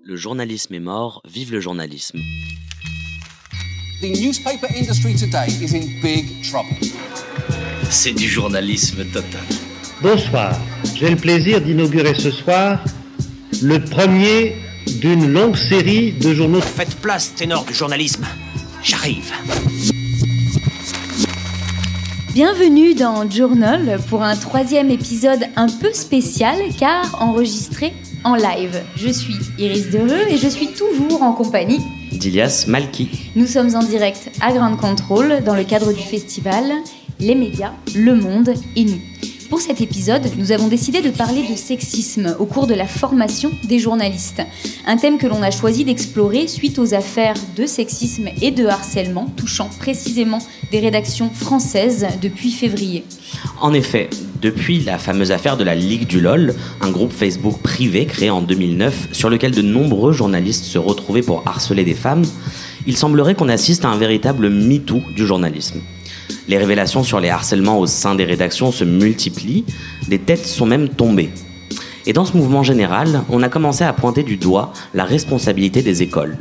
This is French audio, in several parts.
Le journalisme est mort, vive le journalisme. The newspaper industry today is in big trouble. C'est du journalisme total. Bonsoir, j'ai le plaisir d'inaugurer ce soir le premier d'une longue série de journaux. Faites place, ténor du journalisme. J'arrive. Bienvenue dans Journal pour un 3e épisode un peu spécial car enregistré en live. Je suis Iris Dereux et je suis toujours en compagnie d'Ilias Malki. Nous sommes en direct à Ground Control dans le cadre du festival Les médias, le monde et nous. Pour cet épisode, nous avons décidé de parler de sexisme au cours de la formation des journalistes. Un thème que l'on a choisi d'explorer suite aux affaires de sexisme et de harcèlement touchant précisément des rédactions françaises depuis février. En effet, depuis la fameuse affaire de la Ligue du LOL, un groupe Facebook privé créé en 2009 sur lequel de nombreux journalistes se retrouvaient pour harceler des femmes, il semblerait qu'on assiste à un véritable MeToo du journalisme. Les révélations sur les harcèlements au sein des rédactions se multiplient, des têtes sont même tombées. Et dans ce mouvement général, on a commencé à pointer du doigt la responsabilité des écoles.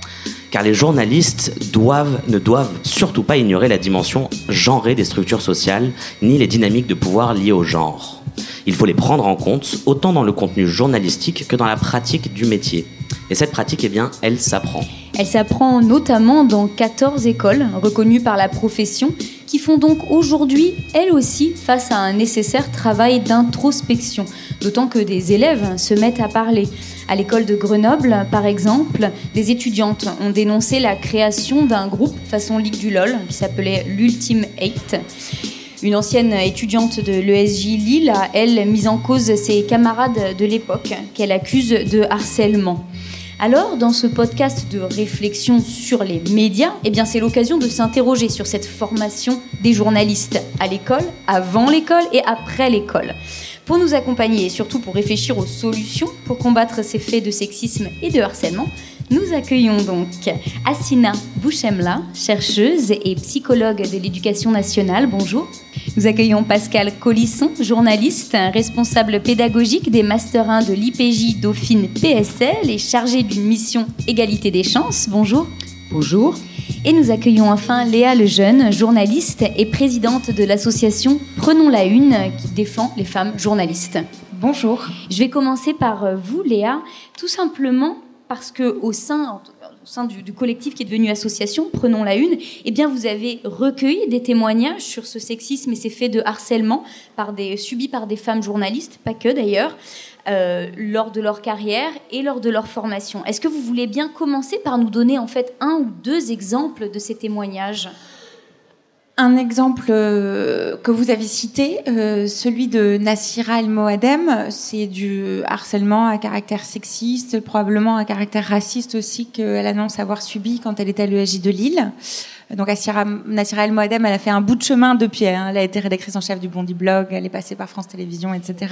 Car les journalistes ne doivent surtout pas ignorer la dimension genrée des structures sociales, ni les dynamiques de pouvoir liées au genre. Il faut les prendre en compte, autant dans le contenu journalistique que dans la pratique du métier. Et cette pratique, elle s'apprend. Elle s'apprend notamment dans 14 écoles reconnues par la profession, qui font donc aujourd'hui, elles aussi, face à un nécessaire travail d'introspection. D'autant que des élèves se mettent à parler. À l'école de Grenoble, par exemple, des étudiantes ont dénoncé la création d'un groupe façon Ligue du LOL, qui s'appelait l'Ultime 8. Une ancienne étudiante de l'ESJ Lille a, elle, mis en cause ses camarades de l'époque, qu'elle accuse de harcèlement. Alors, dans ce podcast de réflexion sur les médias, c'est l'occasion de s'interroger sur cette formation des journalistes à l'école, avant l'école et après l'école. Pour nous accompagner et surtout pour réfléchir aux solutions pour combattre ces faits de sexisme et de harcèlement, nous accueillons donc Hassina Bouchemla, chercheuse et psychologue de l'éducation nationale. Bonjour. Nous accueillons Pascal Collisson, journaliste, responsable pédagogique des Master 1 de l'IPJ Dauphine PSL et chargé d'une mission égalité des chances. Bonjour. Bonjour. Et nous accueillons enfin Léa Lejeune, journaliste et présidente de l'association Prenons la Une, qui défend les femmes journalistes. Bonjour. Je vais commencer par vous, Léa, tout simplement parce qu'au sein du collectif qui est devenu association Prenons la Une, vous avez recueilli des témoignages sur ce sexisme et ces faits de harcèlement subis par des femmes journalistes, pas que d'ailleurs, lors de leur carrière et lors de leur formation. Est-ce que vous voulez bien commencer par nous donner en fait 1 ou 2 exemples de ces témoignages ? Un exemple que vous avez cité, celui de Nassira El Moadem, c'est du harcèlement à caractère sexiste, probablement à caractère raciste aussi, qu'elle annonce avoir subi quand elle était à l'ESJ de Lille. Donc Nassira El Moadem, elle a fait un bout de chemin depuis. Elle a été rédactrice en chef du Bondi Blog, elle est passée par France Télévisions, etc.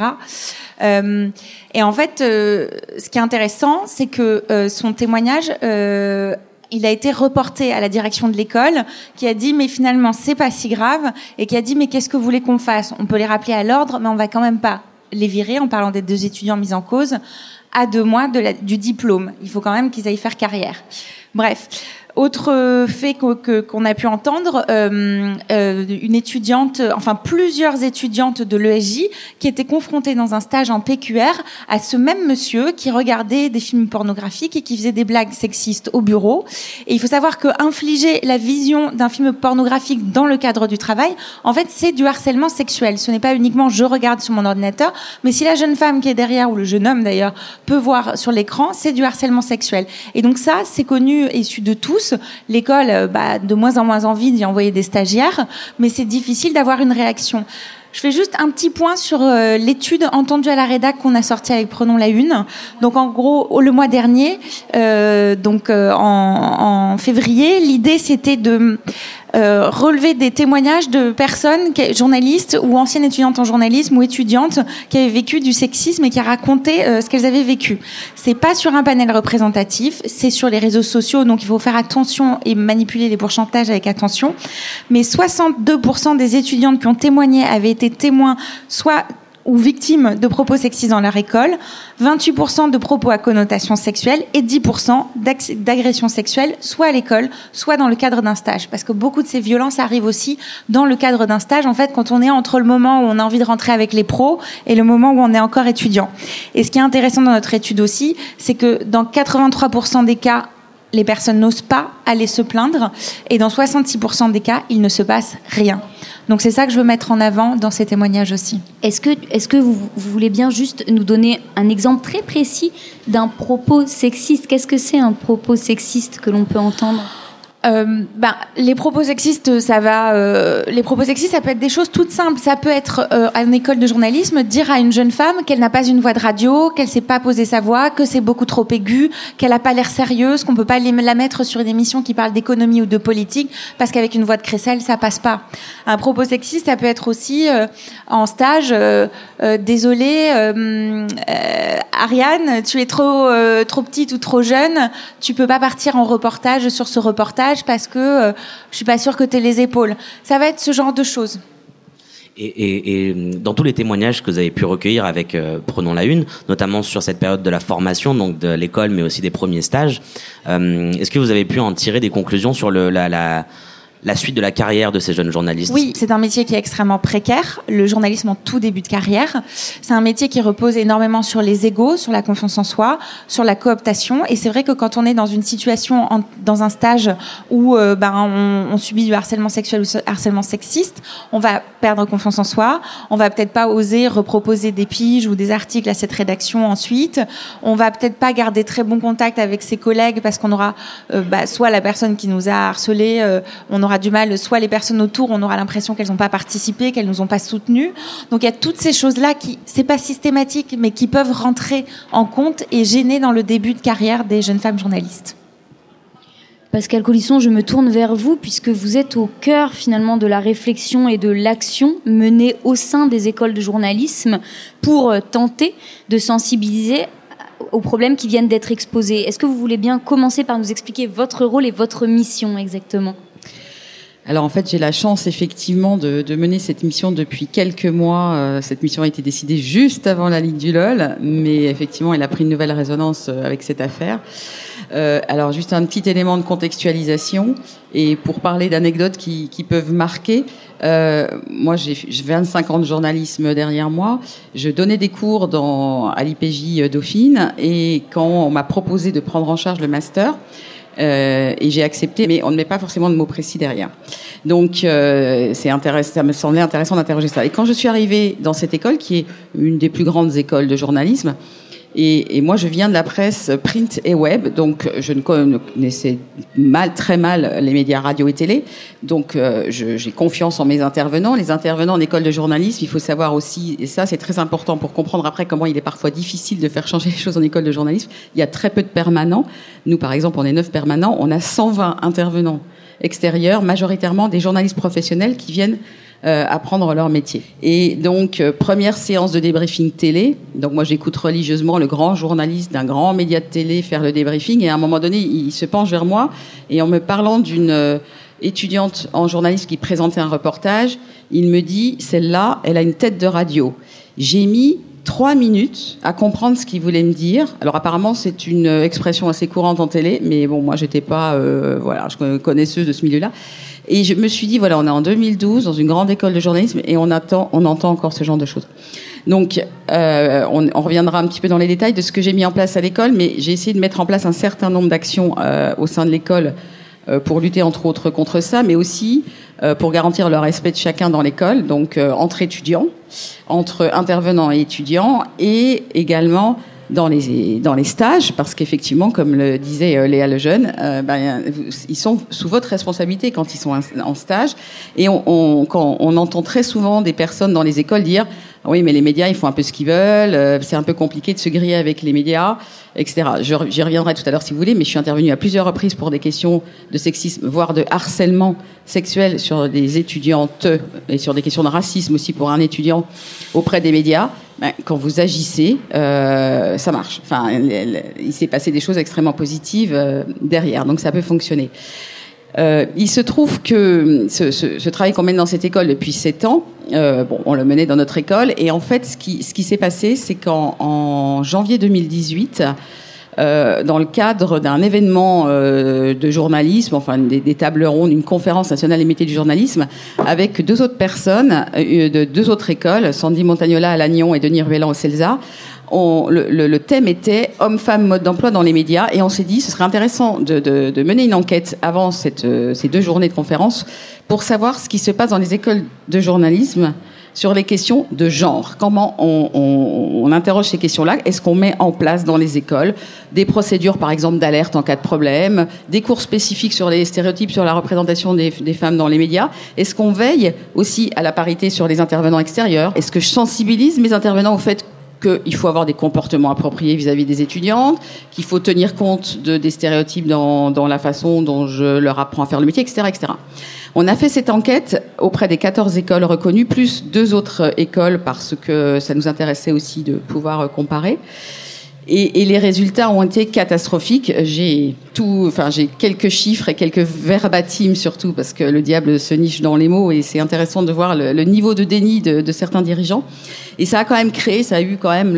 Et en fait, ce qui est intéressant, c'est que son témoignage... il a été reporté à la direction de l'école qui a dit mais finalement c'est pas si grave et qui a dit mais qu'est-ce que vous voulez qu'on fasse ? On peut les rappeler à l'ordre mais on va quand même pas les virer en parlant des 2 étudiants mis en cause à 2 mois du diplôme. Il faut quand même qu'ils aillent faire carrière. Bref. Autre fait qu'on a pu entendre, une étudiante, plusieurs étudiantes de l'ESJ qui étaient confrontées dans un stage en PQR à ce même monsieur qui regardait des films pornographiques et qui faisait des blagues sexistes au bureau. Et il faut savoir que infliger la vision d'un film pornographique dans le cadre du travail, en fait, c'est du harcèlement sexuel. Ce n'est pas uniquement je regarde sur mon ordinateur, mais si la jeune femme qui est derrière, ou le jeune homme d'ailleurs, peut voir sur l'écran, c'est du harcèlement sexuel. Et donc ça, c'est connu et su de tous. L'école, de moins en moins envie d'y envoyer des stagiaires, mais c'est difficile d'avoir une réaction. Je fais juste un petit point sur l'étude entendue à la rédac qu'on a sortie avec Prenons la Une. Donc en gros, le mois dernier, en février, l'idée c'était de relever des témoignages de personnes, journalistes ou anciennes étudiantes en journalisme ou étudiantes qui avaient vécu du sexisme et qui racontaient ce qu'elles avaient vécu. C'est pas sur un panel représentatif, c'est sur les réseaux sociaux, donc il faut faire attention et manipuler les pourcentages avec attention. Mais 62% des étudiantes qui ont témoigné avaient été témoins soit ou victimes de propos sexistes dans leur école, 28% de propos à connotation sexuelle et 10% d'agressions sexuelles, soit à l'école, soit dans le cadre d'un stage. Parce que beaucoup de ces violences arrivent aussi dans le cadre d'un stage, en fait, quand on est entre le moment où on a envie de rentrer avec les pros et le moment où on est encore étudiant. Et ce qui est intéressant dans notre étude aussi, c'est que dans 83% des cas, les personnes n'osent pas aller se plaindre et dans 66% des cas, il ne se passe rien. Donc c'est ça que je veux mettre en avant dans ces témoignages aussi. Est-ce que vous voulez bien juste nous donner un exemple très précis d'un propos sexiste ? Qu'est-ce que c'est un propos sexiste que l'on peut entendre ? Les propos sexistes, ça peut être des choses toutes simples. Ça peut être à une école de journalisme, dire à une jeune femme qu'elle n'a pas une voix de radio, qu'elle sait pas poser sa voix, que c'est beaucoup trop aigu, qu'elle a pas l'air sérieuse, qu'on peut pas la mettre sur une émission qui parle d'économie ou de politique, parce qu'avec une voix de crécelle, ça passe pas. Un propos sexiste, ça peut être aussi en stage, désolée, Ariane, tu es trop petite ou trop jeune, tu peux pas partir en reportage sur ce reportage parce que je suis pas sûre que tu aies les épaules. Ça va être ce genre de choses. Et dans tous les témoignages que vous avez pu recueillir avec Prenons la Une, notamment sur cette période de la formation, donc de l'école, mais aussi des premiers stages, est-ce que vous avez pu en tirer des conclusions sur la suite de la carrière de ces jeunes journalistes? Oui, c'est un métier qui est extrêmement précaire, le journalisme en tout début de carrière. C'est un métier qui repose énormément sur les égos, sur la confiance en soi, sur la cooptation. Et c'est vrai que quand on est dans une situation, dans un stage où on subit du harcèlement sexuel ou harcèlement sexiste, on va perdre confiance en soi, on va peut-être pas oser reproposer des piges ou des articles à cette rédaction ensuite, on va peut-être pas garder très bon contact avec ses collègues parce qu'on aura soit la personne qui nous a harcelés, on aura du mal, soit les personnes autour, on aura l'impression qu'elles n'ont pas participé, qu'elles nous ont pas soutenues. Donc il y a toutes ces choses-là qui, c'est pas systématique, mais qui peuvent rentrer en compte et gêner dans le début de carrière des jeunes femmes journalistes. Pascale Collisson, je me tourne vers vous puisque vous êtes au cœur finalement de la réflexion et de l'action menée au sein des écoles de journalisme pour tenter de sensibiliser aux problèmes qui viennent d'être exposés. Est-ce que vous voulez bien commencer par nous expliquer votre rôle et votre mission exactement ? Alors en fait, j'ai la chance effectivement de mener cette mission depuis quelques mois. Cette mission a été décidée juste avant la Ligue du LOL, mais effectivement, elle a pris une nouvelle résonance avec cette affaire. Alors juste un petit élément de contextualisation et pour parler d'anecdotes qui peuvent marquer. Moi, j'ai 25 ans de journalisme derrière moi. Je donnais des cours à l'IPJ Dauphine et quand on m'a proposé de prendre en charge le master, et j'ai accepté, mais on ne met pas forcément de mots précis derrière. Donc, c'est intéressant, ça me semblait intéressant d'interroger ça. Et quand je suis arrivée dans cette école, qui est une des plus grandes écoles de journalisme, et moi, je viens de la presse print et web, donc je ne connaissais très mal les médias radio et télé. Donc, j'ai confiance en mes intervenants. Les intervenants en école de journalisme, il faut savoir aussi, et ça, c'est très important pour comprendre après comment il est parfois difficile de faire changer les choses en école de journalisme. Il y a très peu de permanents. Nous, par exemple, on est 9 permanents. On a 120 intervenants extérieurs, majoritairement des journalistes professionnels qui viennent apprendre leur métier. Et donc, première séance de débriefing télé. Donc, moi, j'écoute religieusement le grand journaliste d'un grand média de télé faire le débriefing. Et à un moment donné, il se penche vers moi et en me parlant d'une étudiante en journalisme qui présentait un reportage, il me dit, celle-là, elle a une tête de radio. J'ai mis 3 minutes à comprendre ce qu'il voulait me dire. Alors apparemment, c'est une expression assez courante en télé, mais bon, moi, j'étais pas, je connaisseuse de ce milieu-là. Et je me suis dit, voilà, on est en 2012 dans une grande école de journalisme et on entend encore ce genre de choses. Donc, on reviendra un petit peu dans les détails de ce que j'ai mis en place à l'école, mais j'ai essayé de mettre en place un certain nombre d'actions au sein de l'école pour lutter entre autres contre ça, mais aussi pour garantir le respect de chacun dans l'école, donc entre étudiants, entre intervenants et étudiants, et également dans les stages, parce qu'effectivement, comme le disait Léa Lejeune, ils sont sous votre responsabilité quand ils sont en stage. Et on entend très souvent des personnes dans les écoles dire « Oui, mais les médias, ils font un peu ce qu'ils veulent, c'est un peu compliqué de se griller avec les médias, etc. » J'y reviendrai tout à l'heure si vous voulez, mais je suis intervenue à plusieurs reprises pour des questions de sexisme, voire de harcèlement sexuel sur des étudiantes et sur des questions de racisme aussi pour un étudiant auprès des médias. Quand vous agissez, ça marche. Enfin, il s'est passé des choses extrêmement positives derrière, donc ça peut fonctionner. Il se trouve que ce travail qu'on mène dans cette école depuis 7 ans, on le menait dans notre école, et en fait, ce qui s'est passé, c'est qu'en janvier 2018, dans le cadre d'un événement de journalisme, enfin des tables rondes, une conférence nationale des métiers du journalisme, avec 2 autres personnes de 2 autres écoles, Sandy Montagnola à Lannion et Denis Ruellan au CELSA. Le thème était hommes-femmes, mode d'emploi dans les médias, et on s'est dit ce serait intéressant de mener une enquête avant ces 2 journées de conférence pour savoir ce qui se passe dans les écoles de journalisme sur les questions de genre. Comment on interroge ces questions-là? Est-ce qu'on met en place dans les écoles des procédures, par exemple, d'alerte en cas de problème, des cours spécifiques sur les stéréotypes, sur la représentation des femmes dans les médias? Est-ce qu'on veille aussi à la parité sur les intervenants extérieurs? Est-ce que je sensibilise mes intervenants au fait qu'il faut avoir des comportements appropriés vis-à-vis des étudiantes, qu'il faut tenir compte des stéréotypes dans la façon dont je leur apprends à faire le métier, etc., etc. On a fait cette enquête auprès des 14 écoles reconnues, plus 2 autres écoles, parce que ça nous intéressait aussi de pouvoir comparer. Et les résultats ont été catastrophiques. J'ai quelques chiffres et quelques verbatim surtout, parce que le diable se niche dans les mots, et c'est intéressant de voir le niveau de déni de certains dirigeants. Et ça a quand même ça a eu quand même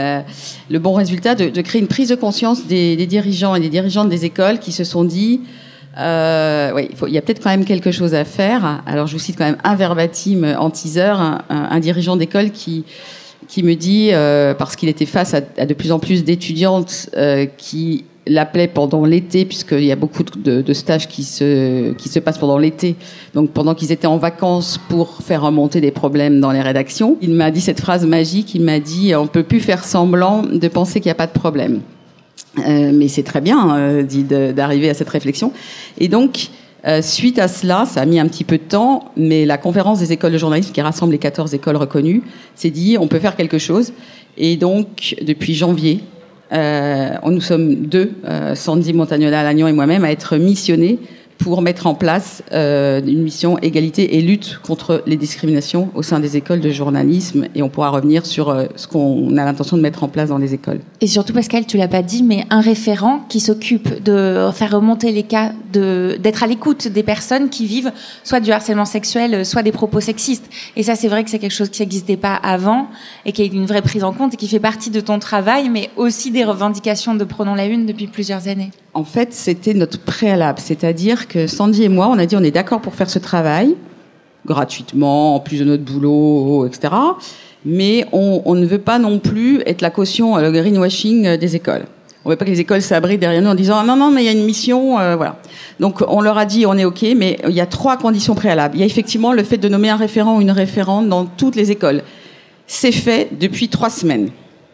le bon résultat de créer une prise de conscience des dirigeants et des dirigeantes des écoles qui se sont dit il y a peut-être quand même quelque chose à faire. Alors je vous cite quand même un verbatim en teaser, un dirigeant d'école qui me dit, parce qu'il était face à de plus en plus d'étudiantes qui l'appelaient pendant l'été, puisqu'il y a beaucoup de stages qui se passent pendant l'été, donc pendant qu'ils étaient en vacances, pour faire remonter des problèmes dans les rédactions. Il m'a dit cette phrase magique, il m'a dit « On ne peut plus faire semblant de penser qu'il n'y a pas de problème ». Mais c'est très bien d'arriver à cette réflexion. Et donc, suite à cela, ça a mis un petit peu de temps, mais la conférence des écoles de journalisme, qui rassemble les 14 écoles reconnues, s'est dit on peut faire quelque chose. Et donc, depuis janvier, nous sommes 2, Sandy Montagnola à Lannion et moi-même, à être missionnés pour mettre en place une mission égalité et lutte contre les discriminations au sein des écoles de journalisme. Et on pourra revenir sur ce qu'on a l'intention de mettre en place dans les écoles. Et surtout, Pascal, tu l'as pas dit, mais un référent qui s'occupe de faire remonter les cas, d'être à l'écoute des personnes qui vivent soit du harcèlement sexuel, soit des propos sexistes. Et ça, c'est vrai que c'est quelque chose qui n'existait pas avant et qui a une vraie prise en compte et qui fait partie de ton travail, mais aussi des revendications de Prenons la Une depuis plusieurs années. En fait, c'était notre préalable. C'est-à-dire que Sandy et moi, on a dit on est d'accord pour faire ce travail, gratuitement, en plus de notre boulot, etc. Mais on ne veut pas non plus être la caution, le greenwashing des écoles. On ne veut pas que les écoles s'abritent derrière nous en disant non, mais il y a une mission, voilà. Donc on leur a dit on est OK, mais il y a 3 conditions préalables. Il y a effectivement le fait de nommer un référent ou une référente dans toutes les écoles. C'est fait depuis 3 semaines.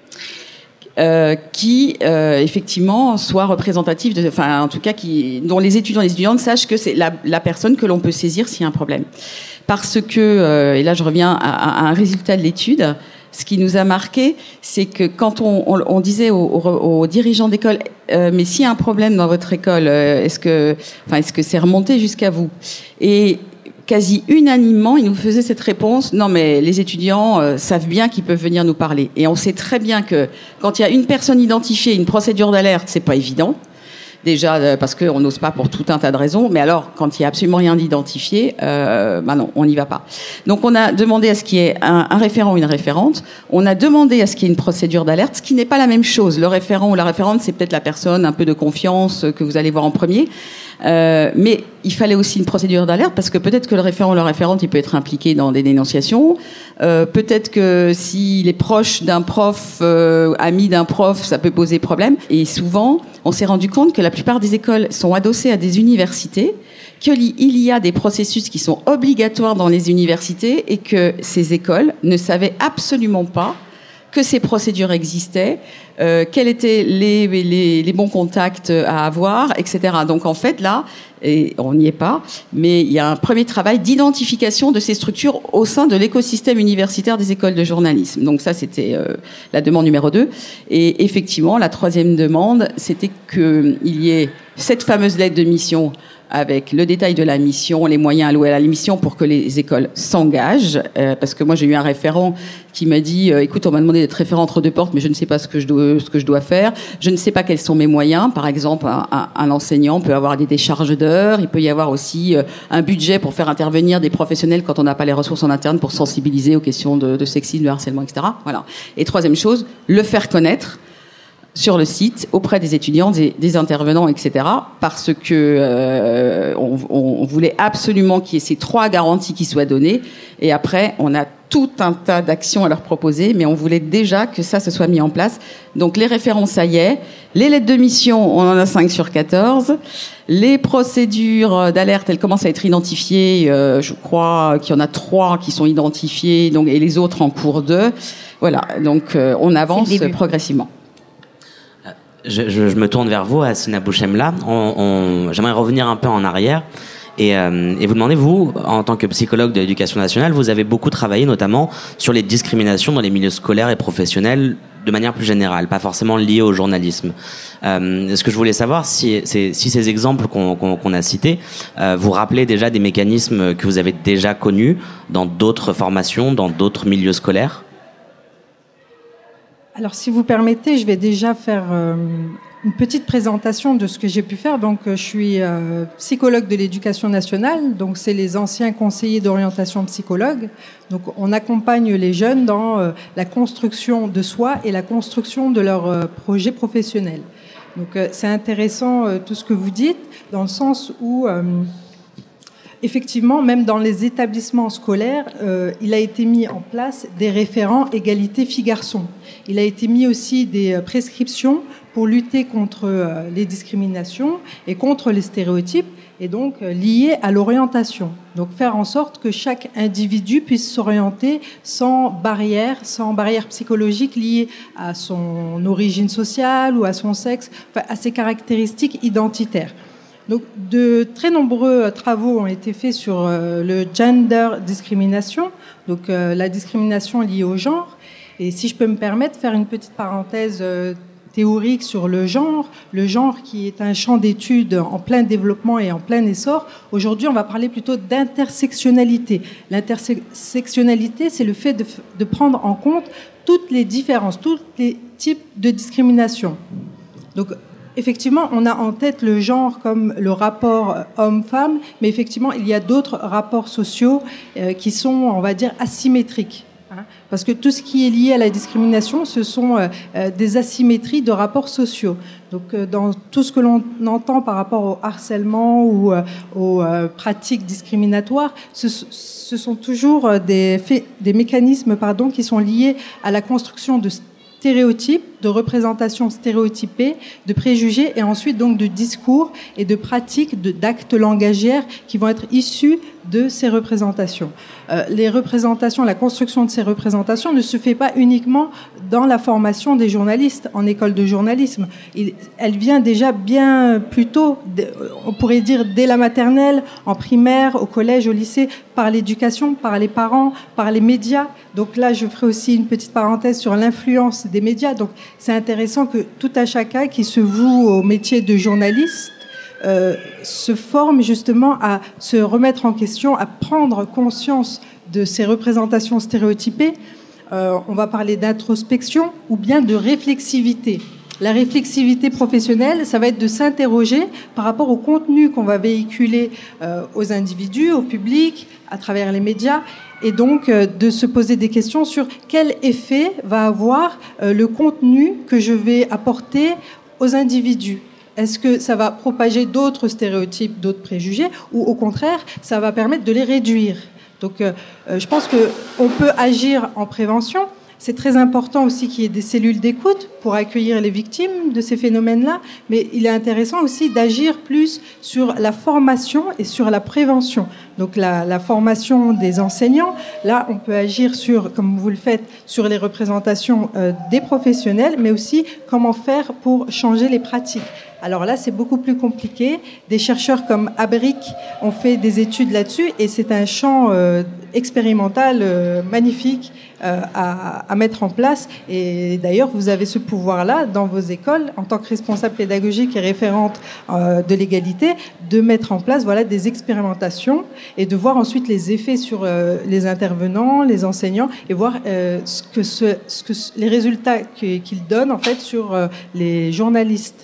Qui effectivement soit représentatif, en tout cas dont les étudiants et les étudiantes sachent que c'est la personne que l'on peut saisir s'il y a un problème. Parce que, et là je reviens à un résultat de l'étude, ce qui nous a marqué, c'est que quand on disait aux dirigeants d'école, mais s'il y a un problème dans votre école, est-ce que c'est remonté jusqu'à vous? Et quasi unanimement, ils nous faisaient cette réponse. Non, mais les étudiants savent bien qu'ils peuvent venir nous parler. Et on sait très bien que quand il y a une personne identifiée, une procédure d'alerte, c'est pas évident. Déjà parce qu'on n'ose pas pour tout un tas de raisons. Mais alors, quand il y a absolument rien d'identifié, non, on n'y va pas. Donc, on a demandé à ce qu'il y ait un référent ou une référente. On a demandé à ce qu'il y ait une procédure d'alerte, ce qui n'est pas la même chose. Le référent ou la référente, c'est peut-être la personne un peu de confiance que vous allez voir en premier. Mais il fallait aussi une procédure d'alerte parce que peut-être que le référent ou la référente, il peut être impliqué dans des dénonciations. Peut-être que s'il est proche d'un prof, ami d'un prof, ça peut poser problème. Et souvent, on s'est rendu compte que la plupart des écoles sont adossées à des universités, qu'il y a des processus qui sont obligatoires dans les universités et que ces écoles ne savaient absolument pas que ces procédures existaient, quels étaient les bons contacts à avoir, etc. Donc en fait là, et on n'y est pas, mais il y a un premier travail d'identification de ces structures au sein de l'écosystème universitaire des écoles de journalisme. Donc ça, c'était la demande numéro 2. Et effectivement, la 3e demande, c'était qu'il y ait cette fameuse lettre de mission avec le détail de la mission, les moyens alloués à la mission pour que les écoles s'engagent. Parce que moi, j'ai eu un référent qui m'a dit écoute, on m'a demandé d'être référent entre deux portes, mais je ne sais pas ce que je dois faire. Je ne sais pas quels sont mes moyens. Par exemple, un enseignant peut avoir des décharges d'heures. Il peut y avoir aussi un budget pour faire intervenir des professionnels quand on n'a pas les ressources en interne pour sensibiliser aux questions de sexisme, de harcèlement, etc. Voilà. Et troisième chose, le faire connaître sur le site, auprès des étudiants, des intervenants, etc. Parce que on voulait absolument qu'il y ait ces 3 garanties qui soient données. Et après, on a tout un tas d'actions à leur proposer, mais on voulait déjà que ça se soit mis en place. Donc les références, ça y est. Les lettres de mission, on en a 5 sur 14. Les procédures d'alerte, elles commencent à être identifiées. Je crois qu'il y en a 3 qui sont identifiées, donc, et les autres en cours de. Voilà, donc on avance progressivement. Je me tourne vers vous, Hassina Bouchemla. J'aimerais revenir un peu en arrière et vous demander, vous, en tant que psychologue de l'éducation nationale, vous avez beaucoup travaillé notamment sur les discriminations dans les milieux scolaires et professionnels de manière plus générale, pas forcément liées au journalisme. Ce que je voulais savoir, si ces exemples qu'on a cités vous rappelaient déjà des mécanismes que vous avez déjà connus dans d'autres formations, dans d'autres milieux scolaires. Alors, si vous permettez, je vais déjà faire une petite présentation de ce que j'ai pu faire. Donc, je suis psychologue de l'éducation nationale. Donc, c'est les anciens conseillers d'orientation psychologue. Donc, on accompagne les jeunes dans la construction de soi et la construction de leur projet professionnel. Donc, c'est intéressant tout ce que vous dites, dans le sens où... effectivement, même dans les établissements scolaires, il a été mis en place des référents égalité filles-garçons. Il a été mis aussi des prescriptions pour lutter contre les discriminations et contre les stéréotypes, et donc liés à l'orientation. Donc faire en sorte que chaque individu puisse s'orienter sans barrière psychologique liée à son origine sociale ou à son sexe, enfin, à ses caractéristiques identitaires. Donc, de très nombreux travaux ont été faits sur le gender discrimination, donc la discrimination liée au genre. Et si je peux me permettre, faire une petite parenthèse théorique sur le genre qui est un champ d'études en plein développement et en plein essor. Aujourd'hui, on va parler plutôt d'intersectionnalité. L'intersectionnalité, c'est le fait de prendre en compte toutes les différences, tous les types de discrimination. Donc, effectivement, on a en tête le genre comme le rapport homme-femme, mais effectivement, il y a d'autres rapports sociaux qui sont, on va dire, asymétriques. Parce que tout ce qui est lié à la discrimination, ce sont des asymétries de rapports sociaux. Donc, dans tout ce que l'on entend par rapport au harcèlement ou aux pratiques discriminatoires, ce sont toujours des mécanismes qui sont liés à la construction de stéréotypes, de représentations stéréotypées, de préjugés et ensuite donc de discours et de pratiques, d'actes langagières qui vont être issus de ces représentations. Les représentations, la construction de ces représentations ne se fait pas uniquement dans la formation des journalistes en école de journalisme. Elle vient déjà bien plus tôt, on pourrait dire dès la maternelle, en primaire, au collège, au lycée, par l'éducation, par les parents, par les médias. Donc là, je ferai aussi une petite parenthèse sur l'influence des médias. Donc c'est intéressant que tout un chacun qui se voue au métier de journaliste se forme justement à se remettre en question, à prendre conscience de ces représentations stéréotypées. On va parler d'introspection ou bien de réflexivité. La réflexivité professionnelle, ça va être de s'interroger par rapport au contenu qu'on va véhiculer aux individus, au public, à travers les médias, et donc de se poser des questions sur quel effet va avoir le contenu que je vais apporter aux individus. Est-ce que ça va propager d'autres stéréotypes, d'autres préjugés, ou au contraire, ça va permettre de les réduire? Donc, je pense qu'on peut agir en prévention. C'est très important aussi qu'il y ait des cellules d'écoute pour accueillir les victimes de ces phénomènes-là, mais il est intéressant aussi d'agir plus sur la formation et sur la prévention. Donc la formation des enseignants, là on peut agir sur, comme vous le faites, sur les représentations des professionnels, mais aussi comment faire pour changer les pratiques. Alors là, c'est beaucoup plus compliqué. Des chercheurs comme Abric ont fait des études là-dessus et c'est un champ expérimental magnifique à mettre en place. Et d'ailleurs, vous avez ce pouvoir-là dans vos écoles, en tant que responsable pédagogique et référente de l'égalité, de mettre en place des expérimentations et de voir ensuite les effets sur les intervenants, les enseignants et voir les résultats qu'ils donnent en fait sur les journalistes.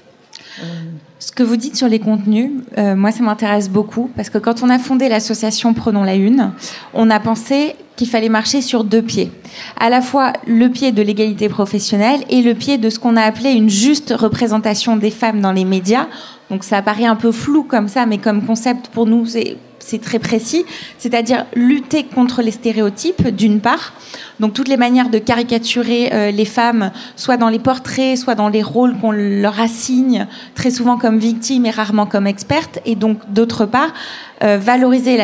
Ce que vous dites sur les contenus, moi ça m'intéresse beaucoup parce que quand on a fondé l'association Prenons la Une, on a pensé qu'il fallait marcher sur deux pieds. À la fois le pied de l'égalité professionnelle et le pied de ce qu'on a appelé une juste représentation des femmes dans les médias. Donc ça apparaît un peu flou comme ça, mais comme concept pour nous c'est très précis, c'est-à-dire lutter contre les stéréotypes d'une part, donc toutes les manières de caricaturer les femmes, soit dans les portraits, soit dans les rôles qu'on leur assigne, très souvent comme victimes et rarement comme expertes, et donc d'autre part valoriser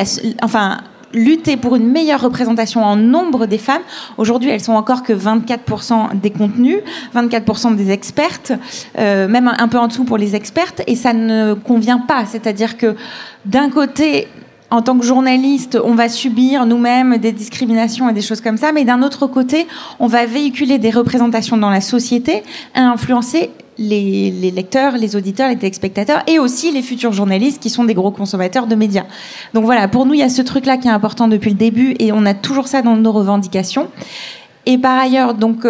lutter pour une meilleure représentation en nombre des femmes. Aujourd'hui, elles sont encore que 24% des contenus, 24% des expertes, même un peu en dessous pour les expertes, et ça ne convient pas. C'est-à-dire que d'un côté, en tant que journaliste, on va subir nous-mêmes des discriminations et des choses comme ça, mais d'un autre côté, on va véhiculer des représentations dans la société à influencer les lecteurs, les auditeurs, les téléspectateurs et aussi les futurs journalistes qui sont des gros consommateurs de médias. Donc voilà, pour nous, il y a ce truc-là qui est important depuis le début et on a toujours ça dans nos revendications. Et par ailleurs, donc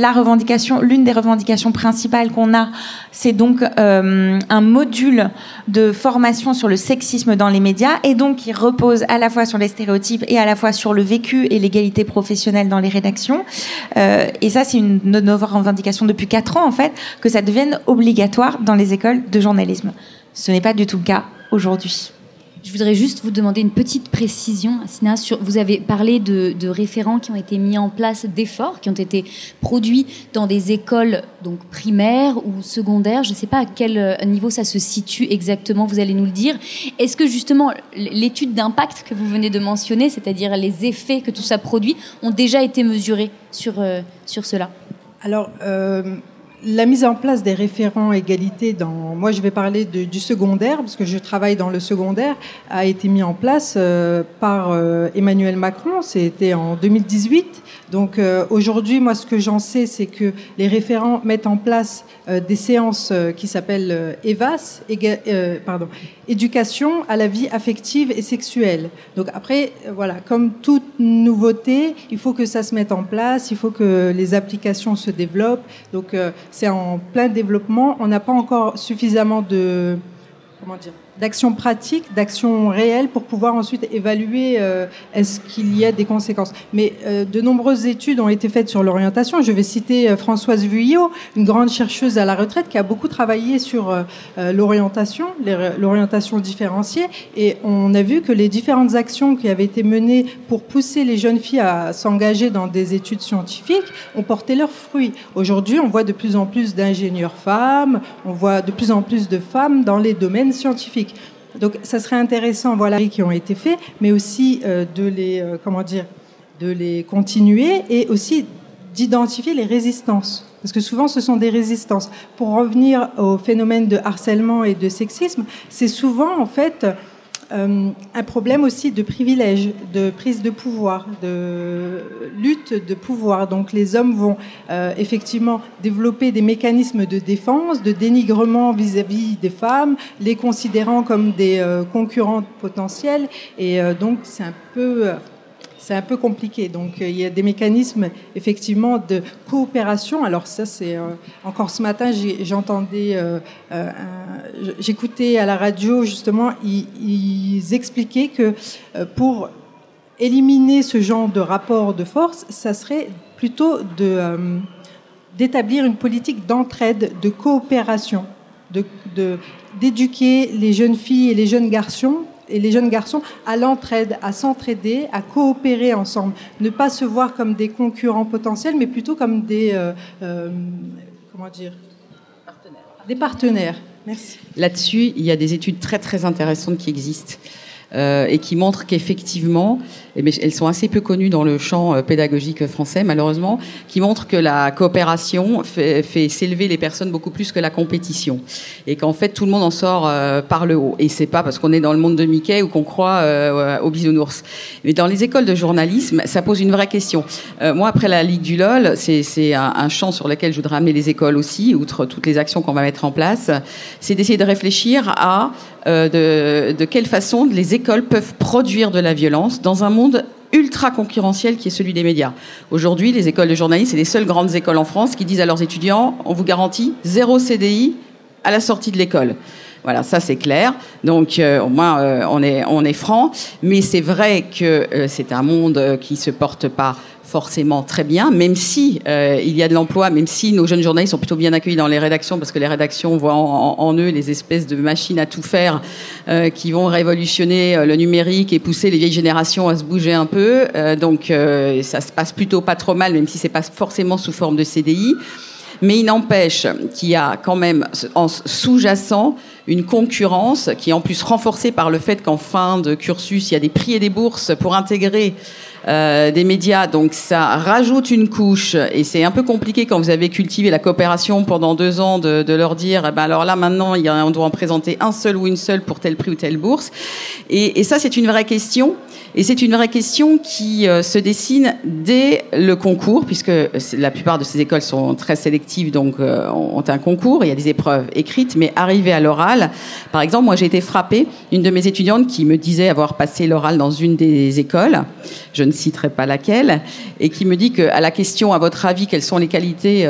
l'une des revendications principales qu'on a, c'est donc un module de formation sur le sexisme dans les médias, et donc qui repose à la fois sur les stéréotypes et à la fois sur le vécu et l'égalité professionnelle dans les rédactions. Et ça, c'est une de nos revendications depuis 4 ans, en fait, que ça devienne obligatoire dans les écoles de journalisme. Ce n'est pas du tout le cas aujourd'hui. Je voudrais juste vous demander une petite précision, Sina, vous avez parlé de référents qui ont été mis en place, d'efforts qui ont été produits dans des écoles donc primaires ou secondaires. Je ne sais pas à quel niveau ça se situe exactement, vous allez nous le dire. Est-ce que justement l'étude d'impact que vous venez de mentionner, c'est-à-dire les effets que tout ça produit, ont déjà été mesurés sur cela ? Alors, la mise en place des référents égalité moi je vais parler du secondaire parce que je travaille dans le secondaire, a été mis en place par Emmanuel Macron, c'était en 2018. Donc aujourd'hui, moi ce que j'en sais, c'est que les référents mettent en place des séances qui s'appellent EVAS, éducation à la vie affective et sexuelle. Donc après, voilà, comme toute nouveauté, il faut que ça se mette en place, il faut que les applications se développent. Donc c'est en plein développement. On n'a pas encore suffisamment d'actions pratiques, d'actions réelles pour pouvoir ensuite évaluer est-ce qu'il y a des conséquences. Mais de nombreuses études ont été faites sur l'orientation. Je vais citer Françoise Vuillot, une grande chercheuse à la retraite qui a beaucoup travaillé sur l'orientation différenciée. Et on a vu que les différentes actions qui avaient été menées pour pousser les jeunes filles à s'engager dans des études scientifiques ont porté leurs fruits. Aujourd'hui, on voit de plus en plus d'ingénieurs femmes, on voit de plus en plus de femmes dans les domaines scientifiques. Donc, ça serait intéressant, qui ont été faits, mais aussi de les continuer et aussi d'identifier les résistances. Parce que souvent, ce sont des résistances. Pour revenir au phénomène de harcèlement et de sexisme, c'est souvent, en fait, un problème aussi de privilège, de prise de pouvoir, de lutte de pouvoir. Donc les hommes vont effectivement développer des mécanismes de défense, de dénigrement vis-à-vis des femmes, les considérant comme des concurrentes potentielles. Et donc c'est un peu compliqué. Donc il y a des mécanismes effectivement de coopération. Alors ça, c'est encore ce matin, j'écoutais à la radio justement, ils expliquaient que pour éliminer ce genre de rapport de force, ça serait plutôt d'établir une politique d'entraide, de coopération, d'éduquer les jeunes filles et les jeunes garçons à l'entraide, à s'entraider, à coopérer ensemble. Ne pas se voir comme des concurrents potentiels, mais plutôt comme des partenaires. Merci. Là-dessus, il y a des études très très intéressantes qui existent. et qui montrent qu'effectivement, mais elles sont assez peu connues dans le champ pédagogique français, malheureusement, qui montrent que la coopération fait s'élever les personnes beaucoup plus que la compétition. Et qu'en fait, tout le monde en sort par le haut. Et c'est pas parce qu'on est dans le monde de Mickey ou qu'on croit aux bisounours. Mais dans les écoles de journalisme, ça pose une vraie question. Moi, après la Ligue du LOL, c'est un champ sur lequel je voudrais amener les écoles aussi, outre toutes les actions qu'on va mettre en place, c'est d'essayer de réfléchir à de quelle façon les écoles peuvent produire de la violence dans un monde ultra concurrentiel qui est celui des médias. Aujourd'hui, les écoles de journalisme, c'est les seules grandes écoles en France qui disent à leurs étudiants, on vous garantit 0 CDI à la sortie de l'école. Voilà, ça c'est clair. Donc au moins on est franc. Mais c'est vrai que c'est un monde qui se porte pas forcément très bien, même si il y a de l'emploi, même si nos jeunes journalistes sont plutôt bien accueillis dans les rédactions, parce que les rédactions voient en eux les espèces de machines à tout faire qui vont révolutionner le numérique et pousser les vieilles générations à se bouger un peu. Donc ça se passe plutôt pas trop mal, même si c'est pas forcément sous forme de CDI. Mais il n'empêche qu'il y a quand même en sous-jacent une concurrence qui est en plus renforcée par le fait qu'en fin de cursus, il y a des prix et des bourses pour intégrer des médias. Donc ça rajoute une couche et c'est un peu compliqué quand vous avez cultivé la coopération pendant 2 ans de leur dire eh ben alors là maintenant on doit en présenter un seul ou une seule pour tel prix ou telle bourse. Et ça c'est une vraie question. Et c'est une vraie question qui se dessine dès le concours, puisque la plupart de ces écoles sont très sélectives, donc ont un concours, il y a des épreuves écrites, mais arrivé à l'oral, par exemple, moi j'ai été frappée, une de mes étudiantes qui me disait avoir passé l'oral dans une des écoles, je ne citerai pas laquelle, et qui me dit qu'à la question, à votre avis, quelles sont les qualités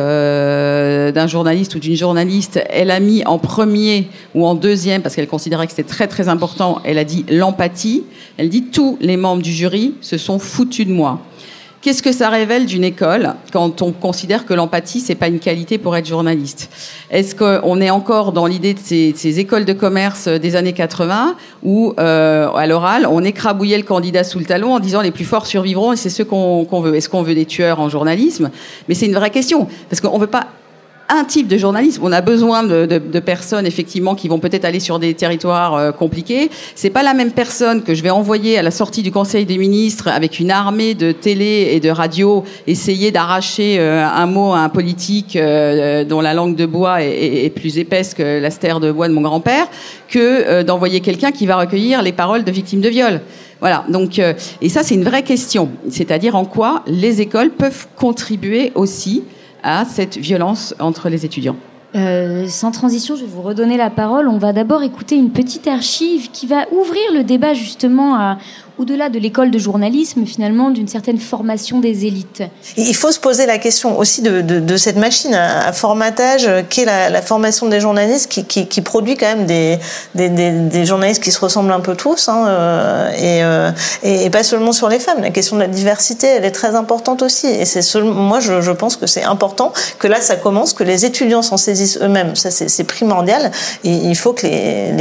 d'un journaliste ou d'une journaliste, elle a mis en premier ou en deuxième, parce qu'elle considérait que c'était très très important, elle a dit l'empathie, elle dit tous les membres du jury se sont foutus de moi. Qu'est-ce que ça révèle d'une école quand on considère que l'empathie, c'est pas une qualité pour être journaliste? Est-ce qu'on est encore dans l'idée de ces écoles de commerce des années 80 où, à l'oral, on écrabouillait le candidat sous le talon en disant les plus forts survivront et c'est ceux qu'on veut? Est-ce qu'on veut des tueurs en journalisme? Mais c'est une vraie question parce qu'on veut pas un type de journalisme. On a besoin de personnes effectivement qui vont peut-être aller sur des territoires compliqués. C'est pas la même personne que je vais envoyer à la sortie du Conseil des ministres avec une armée de télé et de radio essayer d'arracher un mot à un politique dont la langue de bois est plus épaisse que la stère de bois de mon grand-père, que d'envoyer quelqu'un qui va recueillir les paroles de victimes de viol. Voilà. Donc et ça c'est une vraie question. C'est-à-dire en quoi les écoles peuvent contribuer aussi à cette violence entre les étudiants. Sans transition, je vais vous redonner la parole. On va d'abord écouter une petite archive qui va ouvrir le débat justement au-delà de l'école de journalisme, finalement, d'une certaine formation des élites. Il faut se poser la question aussi de cette machine à formatage qu'est la formation des journalistes qui produit quand même des journalistes qui se ressemblent un peu tous, hein, et pas seulement sur les femmes. La question de la diversité, elle est très importante aussi. Et moi, je pense que c'est important que là, ça commence, que les étudiants s'en saisissent eux-mêmes. Ça, c'est primordial. Et il faut que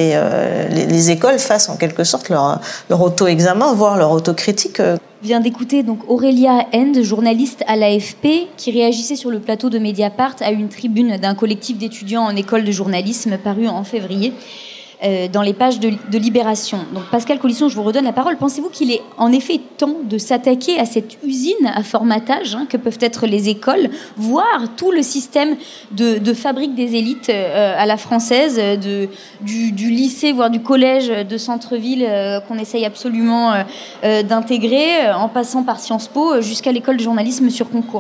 les écoles fassent en quelque sorte leur auto-examen, voire leur autocritique. Vient d'écouter donc Aurélia End, journaliste à l'AFP, qui réagissait sur le plateau de Mediapart à une tribune d'un collectif d'étudiants en école de journalisme paru en février dans les pages de Libération. Donc Pascal Collisson, je vous redonne la parole. Pensez-vous qu'il est en effet temps de s'attaquer à cette usine à formatage que peuvent être les écoles, voire tout le système de fabrique des élites à la française, du lycée, voire du collège de centre-ville qu'on essaye absolument d'intégrer, en passant par Sciences Po jusqu'à l'école de journalisme sur concours?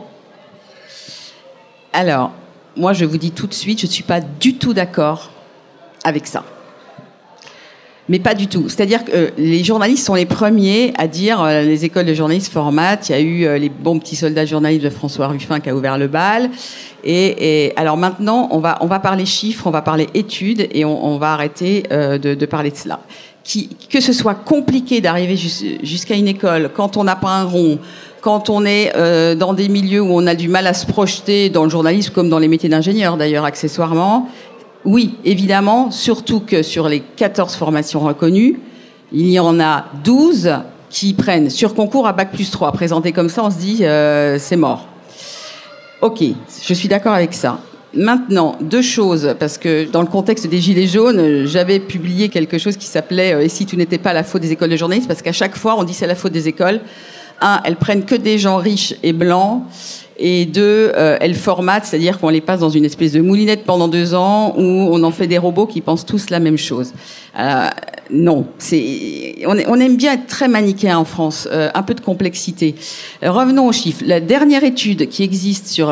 Alors, moi je vous dis tout de suite, je ne suis pas du tout d'accord avec ça. Mais pas du tout. C'est-à-dire que les journalistes sont les premiers à dire les écoles de journalisme formatent. Il y a eu les bons petits soldats de journalisme de François Ruffin qui a ouvert le bal. Et alors maintenant, on va parler chiffres, on va parler études et on va arrêter de parler de cela. Que ce soit compliqué d'arriver jusqu'à une école quand on n'a pas un rond, quand on est dans des milieux où on a du mal à se projeter dans le journalisme comme dans les métiers d'ingénieur d'ailleurs accessoirement. Oui, évidemment, surtout que sur les 14 formations reconnues, il y en a 12 qui prennent sur concours à Bac+3. Présenté comme ça, on se dit c'est mort. Ok, je suis d'accord avec ça. Maintenant, deux choses, parce que dans le contexte des Gilets jaunes, j'avais publié quelque chose qui s'appelait « Et si tout n'était pas la faute des écoles de journalisme ?» parce qu'à chaque fois, on dit c'est la faute des écoles. Un, elles prennent que des gens riches et blancs. Et deux, elles formatent, c'est-à-dire qu'on les passe dans une espèce de moulinette pendant 2 ans où on en fait des robots qui pensent tous la même chose. Non, on aime bien être très manichéen en France, un peu de complexité. Revenons aux chiffres. La dernière étude qui existe sur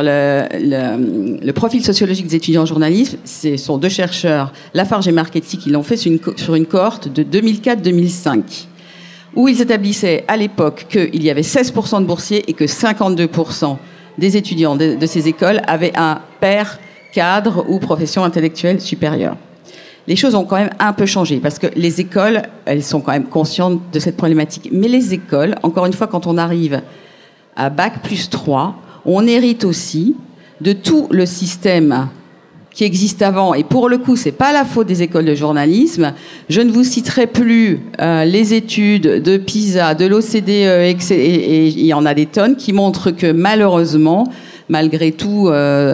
le profil sociologique des étudiants en journalisme, ce sont 2 chercheurs, Lafarge et Marchetti, qui l'ont fait sur une cohorte de 2004-2005. Où ils établissaient à l'époque qu'il y avait 16% de boursiers et que 52% des étudiants de ces écoles avaient un père cadre ou profession intellectuelle supérieure. Les choses ont quand même un peu changé parce que les écoles, elles sont quand même conscientes de cette problématique. Mais les écoles, encore une fois, quand on arrive à Bac+3, on hérite aussi de tout le système qui existe avant, et pour le coup, c'est pas la faute des écoles de journalisme. Je ne vous citerai plus les études de PISA, de l'OCDE, et il y en a des tonnes qui montrent que malheureusement, malgré tout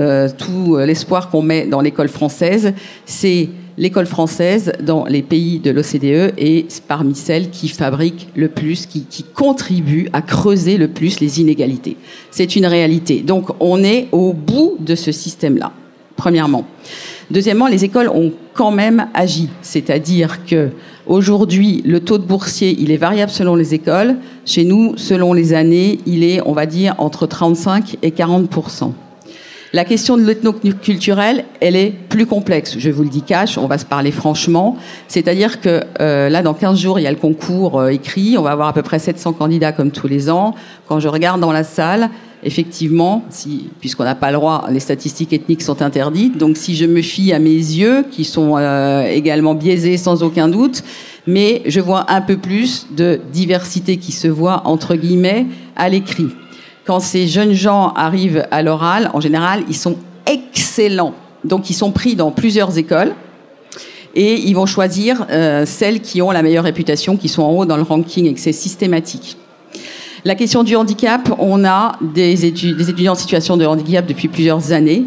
l'espoir qu'on met dans l'école française, c'est l'école française dans les pays de l'OCDE et parmi celles qui fabriquent le plus, qui contribuent à creuser le plus les inégalités. C'est une réalité. Donc on est au bout de ce système-là. Premièrement. Deuxièmement, les écoles ont quand même agi. C'est-à-dire que aujourd'hui, le taux de boursiers, il est variable selon les écoles. Chez nous, selon les années, il est, on va dire, entre 35 et 40%. La question de l'ethnoculturel, elle est plus complexe. Je vous le dis cash, on va se parler franchement. C'est-à-dire que là, dans 15 jours, il y a le concours écrit. On va avoir à peu près 700 candidats comme tous les ans. Quand je regarde dans la salle, effectivement, puisqu'on n'a pas le droit, les statistiques ethniques sont interdites. Donc, si je me fie à mes yeux, qui sont également biaisés sans aucun doute, mais je vois un peu plus de diversité qui se voit, entre guillemets, à l'écrit. Quand ces jeunes gens arrivent à l'oral, en général, ils sont excellents. Donc, ils sont pris dans plusieurs écoles et ils vont choisir celles qui ont la meilleure réputation, qui sont en haut dans le ranking et que c'est systématique. La question du handicap, on a des étudiants en situation de handicap depuis plusieurs années.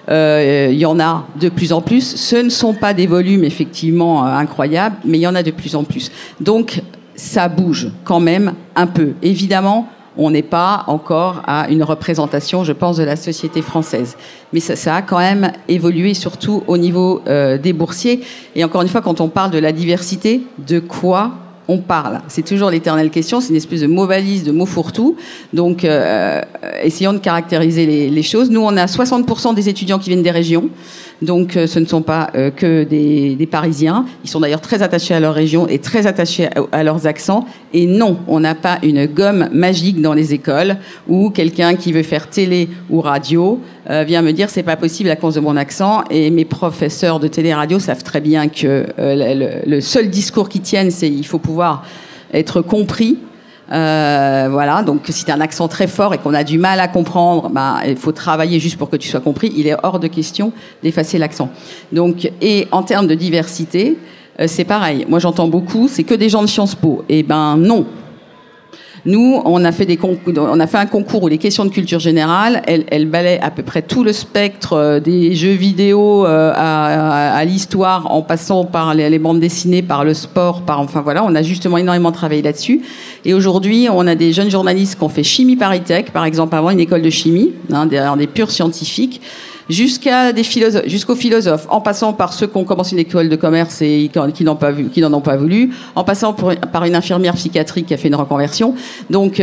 Il y en a de plus en plus. Ce ne sont pas des volumes effectivement incroyables, mais il y en a de plus en plus. Donc, ça bouge quand même un peu. Évidemment, on n'est pas encore à une représentation, je pense, de la société française. Mais ça a quand même évolué, surtout au niveau des boursiers. Et encore une fois, quand on parle de la diversité, de quoi on parle? C'est toujours l'éternelle question, c'est une espèce de mot valise, de mot fourre-tout. Donc, essayons de caractériser les choses. Nous, on a 60% des étudiants qui viennent des régions. Donc, ce ne sont pas que des Parisiens. Ils sont d'ailleurs très attachés à leur région et très attachés à leurs accents. Et non, on n'a pas une gomme magique dans les écoles où quelqu'un qui veut faire télé ou radio vient me dire c'est pas possible à cause de mon accent. Et mes professeurs de télé-radio savent très bien que le seul discours qu'ils tiennent, c'est il faut pouvoir être compris. Voilà, donc si tu as un accent très fort et qu'on a du mal à comprendre, il faut travailler juste pour que tu sois compris. Il est hors de question d'effacer l'accent. Donc, et en termes de diversité, c'est pareil. Moi, j'entends beaucoup, c'est que des gens de Sciences Po. Eh ben non. Nous, on a fait un concours où les questions de culture générale, elles balaient à peu près tout le spectre des jeux vidéo à l'histoire, en passant par les bandes dessinées, par le sport, enfin voilà, on a justement énormément travaillé là-dessus. Et aujourd'hui, on a des jeunes journalistes qui ont fait chimie ParisTech, par exemple, avant une école de chimie, des purs scientifiques, jusqu'aux philosophes, en passant par ceux qui ont commencé une école de commerce et qui n'en ont pas voulu, en passant par une infirmière psychiatrique qui a fait une reconversion. Donc,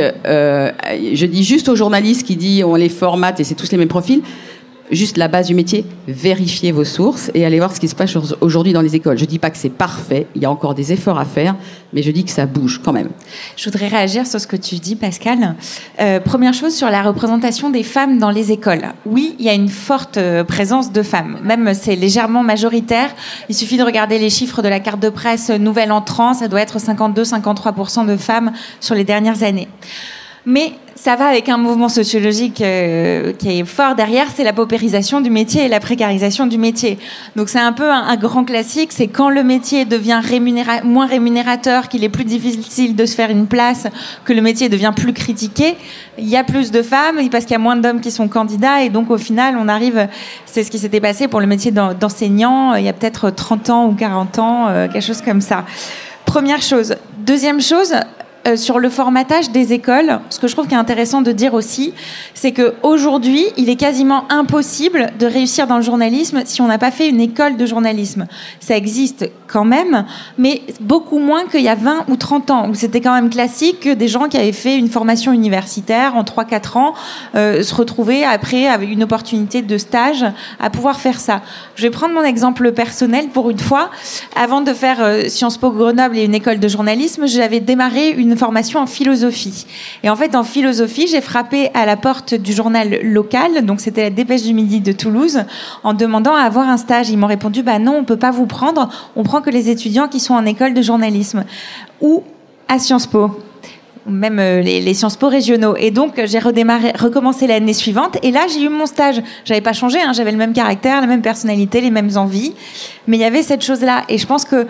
je dis juste aux journalistes qui disent on les formate et c'est tous les mêmes profils. Juste la base du métier, vérifiez vos sources et allez voir ce qui se passe aujourd'hui dans les écoles. Je dis pas que c'est parfait, il y a encore des efforts à faire, mais je dis que ça bouge quand même. Je voudrais réagir sur ce que tu dis, Pascal. Première chose, sur la représentation des femmes dans les écoles. Oui, il y a une forte présence de femmes. Même c'est légèrement majoritaire. Il suffit de regarder les chiffres de la carte de presse Nouvel Entrant, ça doit être 52-53% de femmes sur les dernières années. Mais ça va avec un mouvement sociologique qui est fort derrière, c'est la paupérisation du métier et la précarisation du métier. Donc c'est un peu un grand classique, c'est quand le métier devient moins rémunérateur, qu'il est plus difficile de se faire une place, que le métier devient plus critiqué, il y a plus de femmes, parce qu'il y a moins d'hommes qui sont candidats, et donc au final on arrive, c'est ce qui s'était passé pour le métier d'enseignant il y a peut-être 30 ans ou 40 ans, quelque chose comme ça. Première chose. Deuxième chose, sur le formatage des écoles, ce que je trouve qui est intéressant de dire aussi, c'est qu'aujourd'hui, il est quasiment impossible de réussir dans le journalisme si on n'a pas fait une école de journalisme. Ça existe quand même, mais beaucoup moins qu'il y a 20 ou 30 ans, où c'était quand même classique que des gens qui avaient fait une formation universitaire en 3-4 ans se retrouvaient après avec une opportunité de stage à pouvoir faire ça. Je vais prendre mon exemple personnel pour une fois. Avant de faire Sciences Po Grenoble et une école de journalisme, j'avais démarré une formation en philosophie. Et en fait, en philosophie, j'ai frappé à la porte du journal local, donc c'était la Dépêche du Midi de Toulouse, en demandant à avoir un stage. Ils m'ont répondu, non, on peut pas vous prendre, on prend que les étudiants qui sont en école de journalisme ou à Sciences Po. Même les Sciences Po régionaux. Et donc, j'ai recommencé l'année suivante. Et là, j'ai eu mon stage. J'avais pas changé, j'avais le même caractère, la même personnalité, les mêmes envies. Mais il y avait cette chose-là. Et je pense que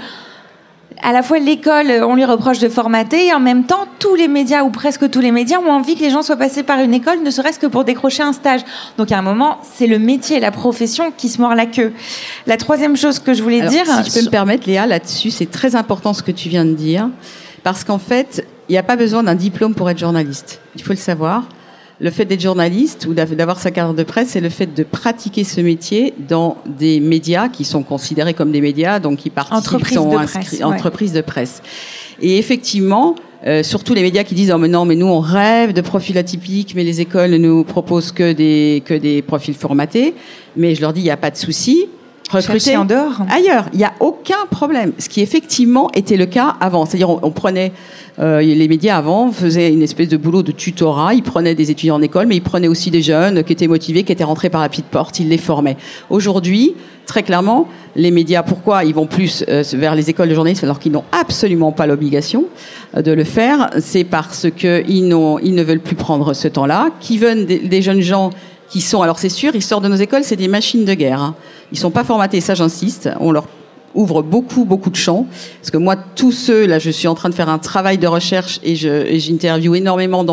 à la fois l'école, on lui reproche de formater, et en même temps, tous les médias, ou presque tous les médias, ont envie que les gens soient passés par une école, ne serait-ce que pour décrocher un stage. Donc à un moment, c'est le métier, la profession qui se mord la queue. La troisième chose que je voulais dire... Si je peux me permettre, Léa, là-dessus, c'est très important ce que tu viens de dire, parce qu'en fait, il n'y a pas besoin d'un diplôme pour être journaliste. Il faut le savoir. Le fait d'être journaliste ou d'avoir sa carte de presse, c'est le fait de pratiquer ce métier dans des médias qui sont considérés comme des médias, donc qui participent, sont inscrits, entreprises de presse. Et effectivement, surtout les médias qui disent mais non, mais nous on rêve de profils atypiques, mais les écoles ne nous proposent que des profils formatés. Mais je leur dis il n'y a pas de souci. Recruter en dehors. Ailleurs, il n'y a aucun problème. Ce qui effectivement était le cas avant. C'est-à-dire on prenait les médias avant faisaient une espèce de boulot de tutorat. Ils prenaient des étudiants en école, mais ils prenaient aussi des jeunes qui étaient motivés, qui étaient rentrés par la petite porte. Ils les formaient. Aujourd'hui, très clairement, les médias, pourquoi ils vont plus vers les écoles de journalisme alors qu'ils n'ont absolument pas l'obligation de le faire? C'est parce qu'ils ne veulent plus prendre ce temps-là, qui veulent des jeunes gens qui sont, alors c'est sûr, ils sortent de nos écoles, c'est des machines de guerre. Ils sont pas formatés, ça j'insiste. On leur ouvre beaucoup de champs. Parce que moi, tous ceux, là, je suis en train de faire un travail de recherche et j'interviewe énormément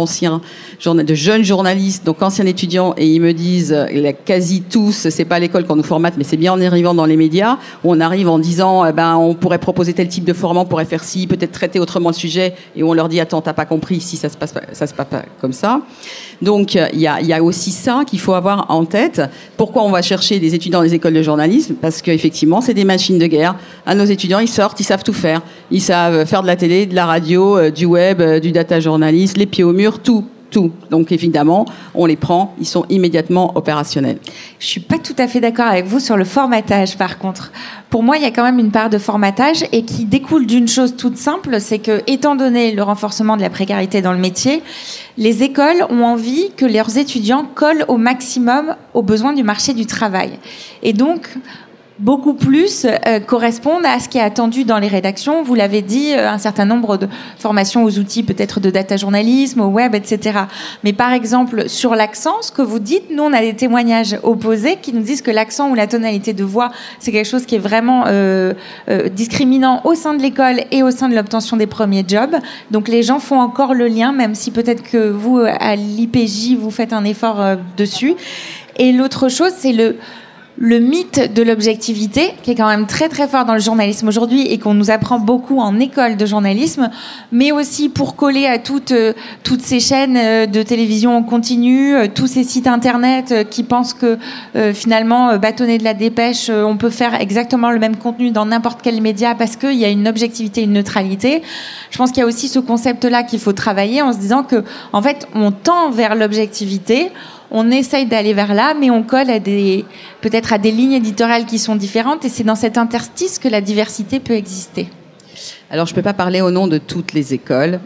de jeunes journalistes, donc anciens étudiants, et ils me disent, quasi tous, c'est pas à l'école qu'on nous formate, mais c'est bien en arrivant dans les médias, où on arrive en disant, on pourrait proposer tel type de format, on pourrait faire ci, peut-être traiter autrement le sujet, et où on leur dit, attends, t'as pas compris, ici, ça se passe pas comme ça. Donc, il y a aussi ça qu'il faut avoir en tête. Pourquoi on va chercher des étudiants dans les écoles de journalisme? Parce qu'effectivement, c'est des machines de guerre. Nos étudiants, ils sortent, ils savent tout faire. Ils savent faire de la télé, de la radio, du web, du data journaliste, les pieds au mur, tout. Donc évidemment, on les prend, ils sont immédiatement opérationnels. Je suis pas tout à fait d'accord avec vous sur le formatage, par contre. Pour moi, il y a quand même une part de formatage et qui découle d'une chose toute simple, c'est que, étant donné le renforcement de la précarité dans le métier, les écoles ont envie que leurs étudiants collent au maximum aux besoins du marché du travail. Et donc, beaucoup plus correspondent à ce qui est attendu dans les rédactions. Vous l'avez dit, un certain nombre de formations aux outils peut-être de data journalisme, au web, etc. Mais par exemple, sur l'accent, ce que vous dites, nous on a des témoignages opposés qui nous disent que l'accent ou la tonalité de voix, c'est quelque chose qui est vraiment discriminant au sein de l'école et au sein de l'obtention des premiers jobs. Donc les gens font encore le lien, même si peut-être que vous, à l'IPJ, vous faites un effort dessus. Et l'autre chose, c'est le mythe de l'objectivité, qui est quand même très très fort dans le journalisme aujourd'hui et qu'on nous apprend beaucoup en école de journalisme, mais aussi pour coller à toutes ces chaînes de télévision en continu, tous ces sites internet qui pensent que finalement, bâtonner de la dépêche, on peut faire exactement le même contenu dans n'importe quel média parce qu'il y a une objectivité, une neutralité. Je pense qu'il y a aussi ce concept-là qu'il faut travailler en se disant que, en fait, on tend vers l'objectivité. On essaye d'aller vers là, mais on colle peut-être à des lignes éditoriales qui sont différentes, et c'est dans cet interstice que la diversité peut exister. Alors, je peux pas parler au nom de toutes les écoles.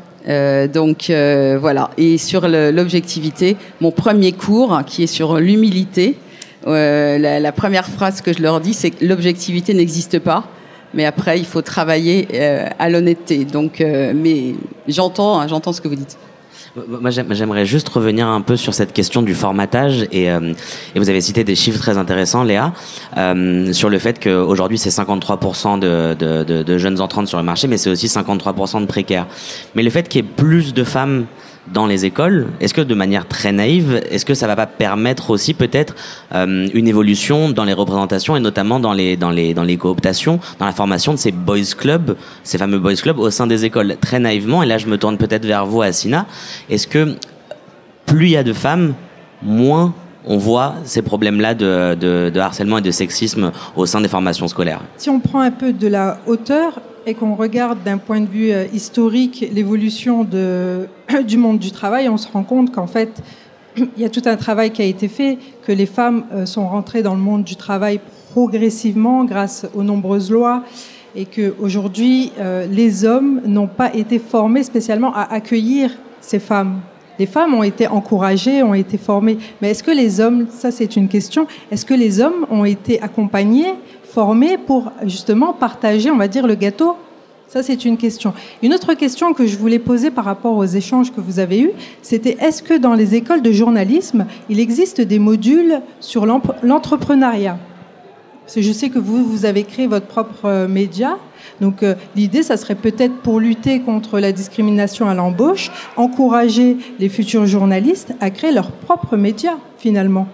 Voilà. Et sur l'objectivité, mon premier cours, qui est sur l'humilité, la première phrase que je leur dis, c'est que l'objectivité n'existe pas. Mais après, il faut travailler à l'honnêteté. Donc, mais j'entends ce que vous dites. Moi, j'aimerais juste revenir un peu sur cette question du formatage et vous avez cité des chiffres très intéressants, Léa, sur le fait qu'aujourd'hui c'est 53% de jeunes entrantes sur le marché, mais c'est aussi 53% de précaires. Mais le fait qu'il y ait plus de femmes dans les écoles, est-ce que de manière très naïve, est-ce que ça va pas permettre aussi peut-être une évolution dans les représentations et notamment dans les cooptations, dans la formation de ces boys clubs, ces fameux boys clubs au sein des écoles, très naïvement, et là je me tourne peut-être vers vous, Hassina, est-ce que plus il y a de femmes, moins on voit ces problèmes-là de harcèlement et de sexisme au sein des formations scolaires? Si on prend un peu de la hauteur et qu'on regarde d'un point de vue historique l'évolution du monde du travail, on se rend compte qu'en fait, il y a tout un travail qui a été fait, que les femmes sont rentrées dans le monde du travail progressivement grâce aux nombreuses lois, et qu'aujourd'hui, les hommes n'ont pas été formés spécialement à accueillir ces femmes. Les femmes ont été encouragées, ont été formées. Mais est-ce que les hommes, ça c'est une question, est-ce que les hommes ont été accompagnés, formés pour justement partager, on va dire, le gâteau? Ça c'est une question. Une autre question que je voulais poser par rapport aux échanges que vous avez eus, c'était est-ce que dans les écoles de journalisme, il existe des modules sur l'entrepreneuriat? Parce que je sais que vous avez créé votre propre média. Donc l'idée, ça serait peut-être pour lutter contre la discrimination à l'embauche, encourager les futurs journalistes à créer leur propre média, finalement.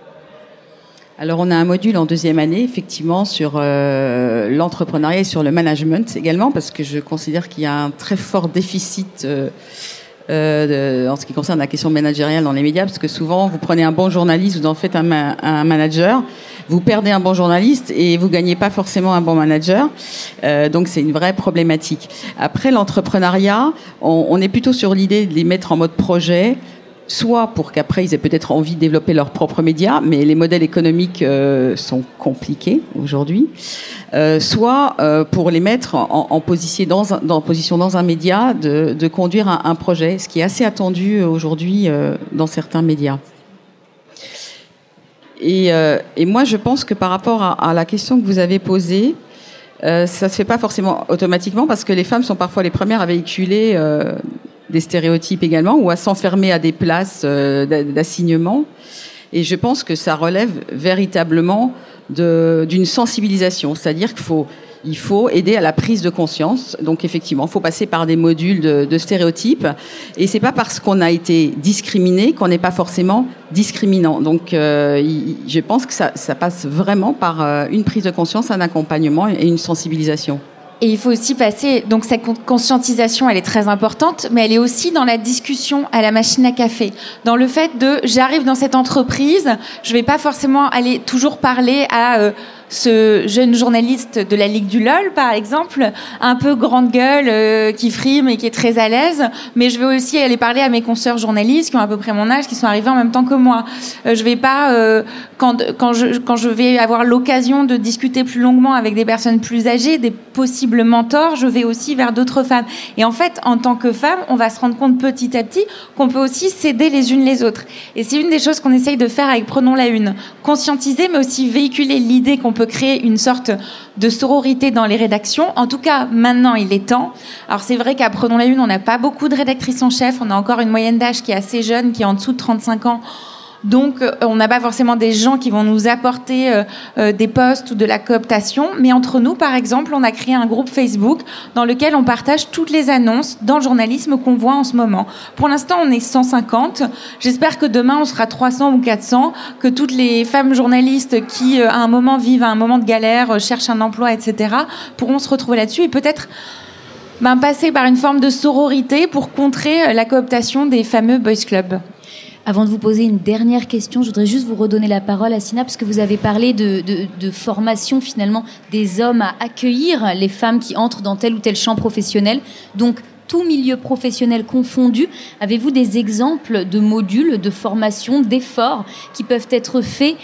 Alors on a un module en deuxième année, effectivement, sur l'entrepreneuriat et sur le management également, parce que je considère qu'il y a un très fort déficit en ce qui concerne la question managériale dans les médias, parce que souvent, vous prenez un bon journaliste, vous en faites un manager, vous perdez un bon journaliste et vous gagnez pas forcément un bon manager. Donc c'est une vraie problématique. Après, l'entrepreneuriat, on est plutôt sur l'idée de les mettre en mode projet, soit pour qu'après ils aient peut-être envie de développer leurs propres médias, mais les modèles économiques sont compliqués aujourd'hui, soit pour les mettre en position dans un média, de conduire un projet, ce qui est assez attendu aujourd'hui dans certains médias. Et moi, je pense que par rapport à la question que vous avez posée, ça se fait pas forcément automatiquement, parce que les femmes sont parfois les premières à véhiculer des stéréotypes également, ou à s'enfermer à des places d'assignement. Et je pense que ça relève véritablement d'une sensibilisation, c'est-à-dire qu'il faut aider à la prise de conscience. Donc effectivement, il faut passer par des modules de stéréotypes. Et c'est pas parce qu'on a été discriminé qu'on n'est pas forcément discriminant. Donc je pense que ça passe vraiment par une prise de conscience, un accompagnement et une sensibilisation. Et il faut aussi passer, donc cette conscientisation, elle est très importante, mais elle est aussi dans la discussion à la machine à café. Dans le fait j'arrive dans cette entreprise, je vais pas forcément aller toujours parler à ce jeune journaliste de la Ligue du LOL, par exemple, un peu grande gueule, qui frime et qui est très à l'aise, mais je vais aussi aller parler à mes consoeurs journalistes qui ont à peu près mon âge, qui sont arrivés en même temps que moi. Je vais pas, quand je vais avoir l'occasion de discuter plus longuement avec des personnes plus âgées, des possibles mentors, je vais aussi vers d'autres femmes. Et en fait, en tant que femme, on va se rendre compte petit à petit qu'on peut aussi s'aider les unes les autres. Et c'est une des choses qu'on essaye de faire avec Prenons la Une. Conscientiser, mais aussi véhiculer l'idée qu'on peut créer une sorte de sororité dans les rédactions. En tout cas, maintenant, il est temps. Alors, c'est vrai qu'à Prenons la Une, on n'a pas beaucoup de rédactrices en chef. On a encore une moyenne d'âge qui est assez jeune, qui est en dessous de 35 ans. Donc, on n'a pas forcément des gens qui vont nous apporter des postes ou de la cooptation. Mais entre nous, par exemple, on a créé un groupe Facebook dans lequel on partage toutes les annonces dans le journalisme qu'on voit en ce moment. Pour l'instant, on est 150. J'espère que demain, on sera 300 ou 400, que toutes les femmes journalistes qui, à un moment, vivent à un moment de galère, cherchent un emploi, etc., pourront se retrouver là-dessus et peut-être passer par une forme de sororité pour contrer la cooptation des fameux boys clubs. Avant de vous poser une dernière question, je voudrais juste vous redonner la parole, Hassina, parce que vous avez parlé de formation finalement des hommes à accueillir les femmes qui entrent dans tel ou tel champ professionnel. Donc, tout milieu professionnel confondu. Avez-vous des exemples de modules, de formation, d'efforts qui peuvent être faits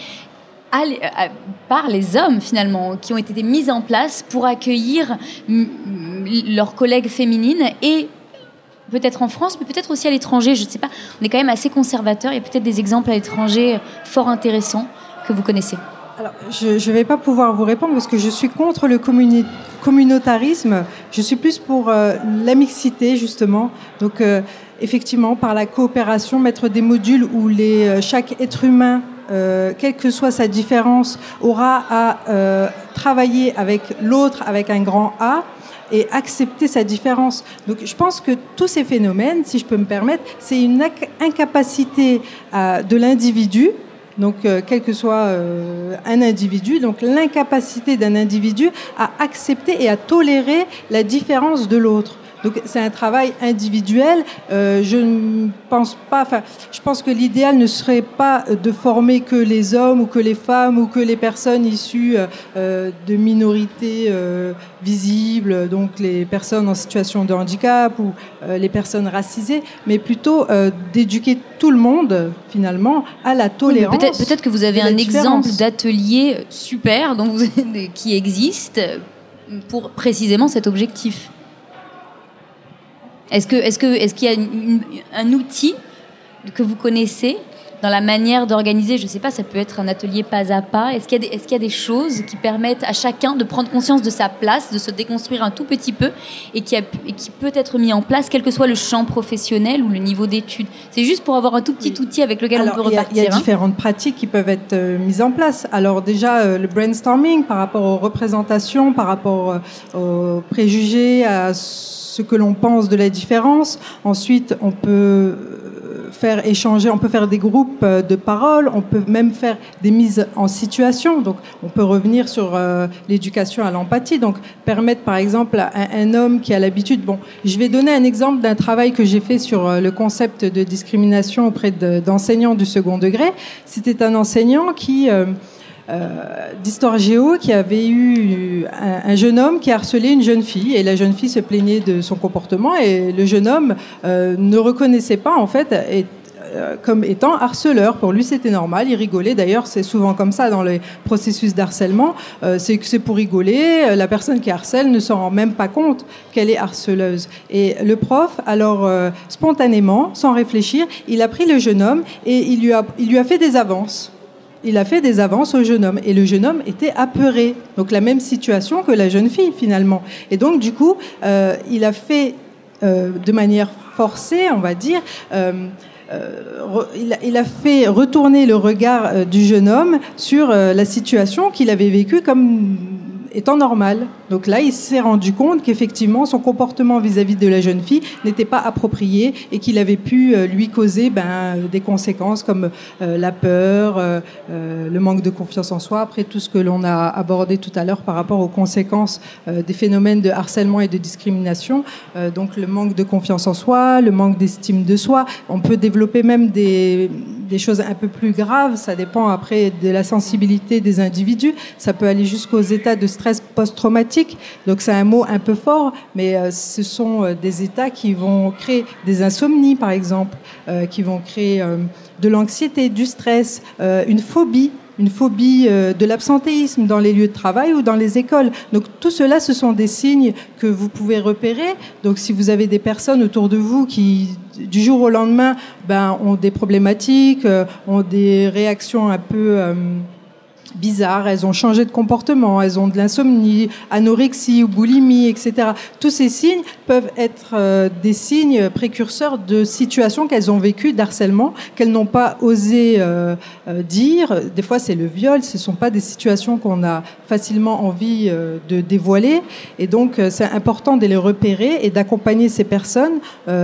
par les hommes finalement, qui ont été mis en place pour accueillir leurs collègues féminines et peut-être en France, mais peut-être aussi à l'étranger, je ne sais pas. On est quand même assez conservateur. Il y a peut-être des exemples à l'étranger fort intéressants que vous connaissez. Alors, je ne vais pas pouvoir vous répondre parce que je suis contre le communautarisme. Je suis plus pour la mixité, justement. Donc, effectivement, par la coopération, mettre des modules où chaque être humain, quelle que soit sa différence, aura à travailler avec l'autre, avec un grand A, et accepter sa différence. Donc je pense que tous ces phénomènes, si je peux me permettre, c'est une incapacité de l'individu, donc quel que soit un individu, donc l'incapacité d'un individu à accepter et à tolérer la différence de l'autre. Donc c'est un travail individuel. Je ne pense pas. Enfin, je pense que l'idéal ne serait pas de former que les hommes ou que les femmes ou que les personnes issues de minorités visibles, donc les personnes en situation de handicap ou les personnes racisées, mais plutôt d'éduquer tout le monde finalement à la tolérance. Oui, peut-être que vous avez un exemple d'atelier super qui existe pour précisément cet objectif. Est-ce qu'il y a un outil que vous connaissez dans la manière d'organiser, je ne sais pas, ça peut être un atelier pas à pas. Est-ce qu'il y a des choses qui permettent à chacun de prendre conscience de sa place, de se déconstruire un tout petit peu et qui peut être mis en place, quel que soit le champ professionnel ou le niveau d'études? C'est juste pour avoir un tout petit outil avec lequel on peut repartir. Il y a différentes pratiques qui peuvent être mises en place. Alors déjà, le brainstorming par rapport aux représentations, par rapport aux préjugés, à ce que l'on pense de la différence. Ensuite, on peut faire échanger, on peut faire des groupes de parole, on peut même faire des mises en situation. Donc, on peut revenir sur l'éducation à l'empathie. Donc, permettre, par exemple, à un homme qui a l'habitude... Bon, je vais donner un exemple d'un travail que j'ai fait sur le concept de discrimination auprès d'enseignants du second degré. C'était un enseignant d'histoire géo qui avait eu un jeune homme qui a harcelé une jeune fille et la jeune fille se plaignait de son comportement et le jeune homme ne reconnaissait pas en fait comme étant harceleur. Pour lui c'était normal, il rigolait. D'ailleurs c'est souvent comme ça dans les processus d'harcèlement, c'est que c'est pour rigoler, la personne qui harcèle ne s'en rend même pas compte qu'elle est harceleuse. Et le prof alors spontanément, sans réfléchir, il a pris le jeune homme et il lui a fait des avances. Il a fait des avances au jeune homme et le jeune homme était apeuré. Donc la même situation que la jeune fille finalement. Et donc du coup, il a fait de manière forcée, on va dire, il a fait retourner le regard du jeune homme sur la situation qu'il avait vécue comme étant normale. Donc là, il s'est rendu compte qu'effectivement, son comportement vis-à-vis de la jeune fille n'était pas approprié et qu'il avait pu lui causer des conséquences comme la peur, le manque de confiance en soi, après tout ce que l'on a abordé tout à l'heure par rapport aux conséquences des phénomènes de harcèlement et de discrimination. Donc le manque de confiance en soi, le manque d'estime de soi. On peut développer même des choses un peu plus graves, ça dépend après de la sensibilité des individus. Ça peut aller jusqu'aux états de stress post-traumatique. Donc c'est un mot un peu fort, mais ce sont des états qui vont créer des insomnies, par exemple, qui vont créer de l'anxiété, du stress, une phobie de l'absentéisme dans les lieux de travail ou dans les écoles. Donc tout cela, ce sont des signes que vous pouvez repérer. Donc si vous avez des personnes autour de vous qui, du jour au lendemain, ont des problématiques, ont des réactions un peu bizarres, elles ont changé de comportement, elles ont de l'insomnie, anorexie ou boulimie, etc. Tous ces signes peuvent être des signes précurseurs de situations qu'elles ont vécues, d'harcèlement, qu'elles n'ont pas osé dire. Des fois, c'est le viol, ce ne sont pas des situations qu'on a facilement envie de dévoiler. Et donc, c'est important de les repérer et d'accompagner ces personnes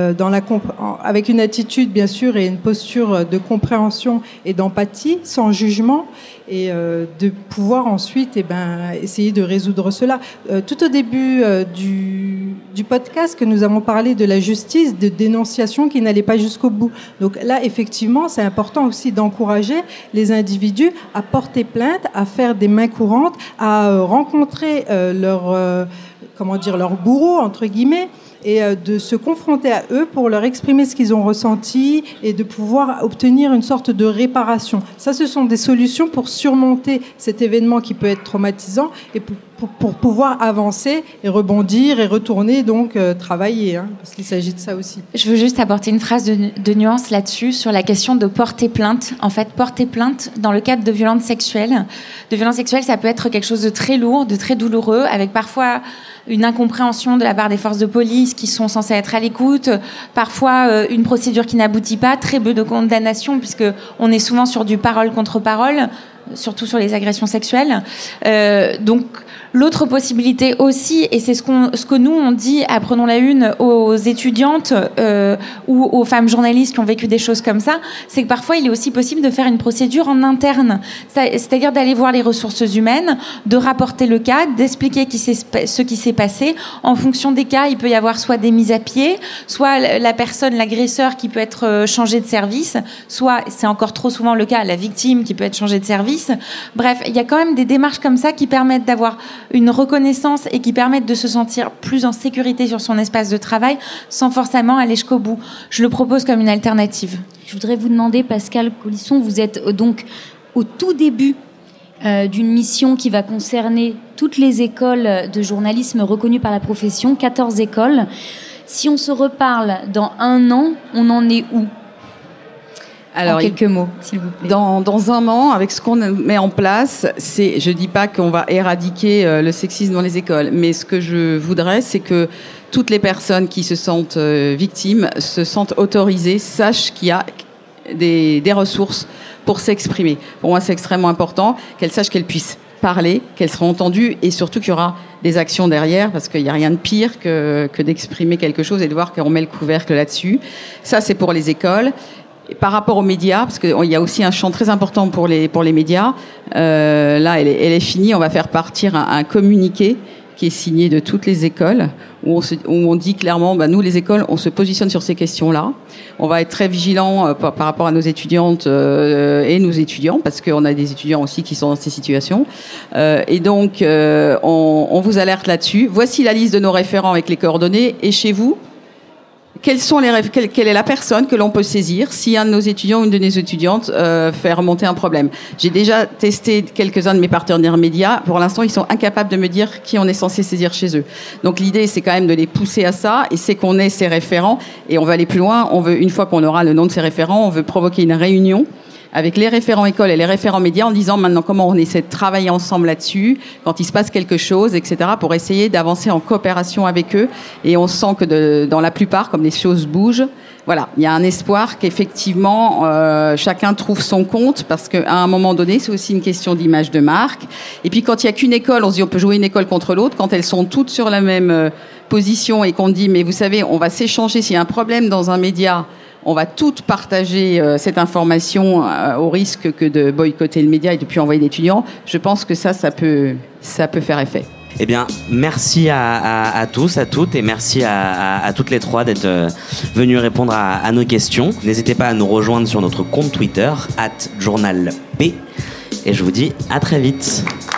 avec une attitude, bien sûr, et une posture de compréhension et d'empathie, sans jugement, et de pouvoir ensuite essayer de résoudre cela. Tout au début du podcast, que nous avons parlé de la justice, de dénonciation qui n'allait pas jusqu'au bout. Donc là, effectivement, c'est important aussi d'encourager les individus à porter plainte, à faire des mains courantes, à rencontrer leur bourreau, entre guillemets, et de se confronter à eux pour leur exprimer ce qu'ils ont ressenti et de pouvoir obtenir une sorte de réparation. Ça, ce sont des solutions pour surmonter cet événement qui peut être traumatisant et pour pouvoir avancer et rebondir et retourner donc travailler, parce qu'il s'agit de ça aussi. Je veux juste apporter une phrase de nuance là-dessus sur la question de porter plainte. En fait, porter plainte dans le cadre de violences sexuelles. De violences sexuelles, ça peut être quelque chose de très lourd, de très douloureux, avec parfois une incompréhension de la part des forces de police qui sont censées être à l'écoute, parfois une procédure qui n'aboutit pas, très peu de condamnation puisque on est souvent sur du parole contre parole, surtout sur les agressions sexuelles. Donc l'autre possibilité aussi, et c'est ce que nous on dit à Prenons la Une aux étudiantes ou aux femmes journalistes qui ont vécu des choses comme ça, c'est que parfois il est aussi possible de faire une procédure en interne, c'est-à-dire d'aller voir les ressources humaines, de rapporter le cas, d'expliquer ce qui s'est passé. En fonction des cas, il peut y avoir soit des mises à pied, soit la personne, l'agresseur qui peut être changé de service, soit, c'est encore trop souvent le cas, la victime qui peut être changée de service. Bref, il y a quand même des démarches comme ça qui permettent d'avoir une reconnaissance et qui permettent de se sentir plus en sécurité sur son espace de travail sans forcément aller jusqu'au bout. Je le propose comme une alternative. Je voudrais vous demander, Pascal Collisson, vous êtes donc au tout début d'une mission qui va concerner toutes les écoles de journalisme reconnues par la profession, 14 écoles. Si on se reparle dans 1 an, on en est où ? Alors, en quelques mots, s'il vous plaît. Dans 1 an, avec ce qu'on met en place, je dis pas qu'on va éradiquer le sexisme dans les écoles, mais ce que je voudrais, c'est que toutes les personnes qui se sentent victimes se sentent autorisées, sachent qu'il y a des ressources pour s'exprimer. Pour moi, c'est extrêmement important qu'elles sachent qu'elles puissent parler, qu'elles seront entendues et surtout qu'il y aura des actions derrière, parce qu'il n'y a rien de pire que d'exprimer quelque chose et de voir qu'on met le couvercle là-dessus. Ça, c'est pour les écoles. Et par rapport aux médias, parce qu'il y a aussi un champ très important pour les médias, là, elle est finie. On va faire partir un communiqué qui est signé de toutes les écoles, où on dit clairement, nous, les écoles, on se positionne sur ces questions-là. On va être très vigilants par rapport à nos étudiantes et nos étudiants, parce qu'on a des étudiants aussi qui sont dans ces situations. Et donc, on vous alerte là-dessus. Voici la liste de nos référents avec les coordonnées. Et chez vous, quelle est la personne que l'on peut saisir si un de nos étudiants ou une de nos étudiantes fait remonter un problème. J'ai déjà testé quelques-uns de mes partenaires médias. Pour l'instant, ils sont incapables de me dire qui on est censé saisir chez eux. Donc l'idée, c'est quand même de les pousser à ça, et c'est qu'on ait ces référents. Et on va aller plus loin. On veut, une fois qu'on aura le nom de ces référents, on veut provoquer une réunion avec les référents écoles et les référents médias en disant maintenant comment on essaie de travailler ensemble là-dessus, quand il se passe quelque chose, etc., pour essayer d'avancer en coopération avec eux. Et on sent que dans la plupart, comme les choses bougent, voilà, il y a un espoir qu'effectivement chacun trouve son compte, parce qu'à un moment donné, c'est aussi une question d'image de marque. Et puis quand il n'y a qu'une école, on se dit on peut jouer une école contre l'autre. Quand elles sont toutes sur la même position et qu'on dit mais vous savez, on va s'échanger, s'il y a un problème dans un média, on va toutes partager cette information au risque que de boycotter le média et de puis envoyer d'étudiants. Je pense que ça peut faire effet. Eh bien, merci à tous, à toutes, et merci à toutes les trois d'être venues répondre à nos questions. N'hésitez pas à nous rejoindre sur notre compte Twitter @journalp, et je vous dis à très vite.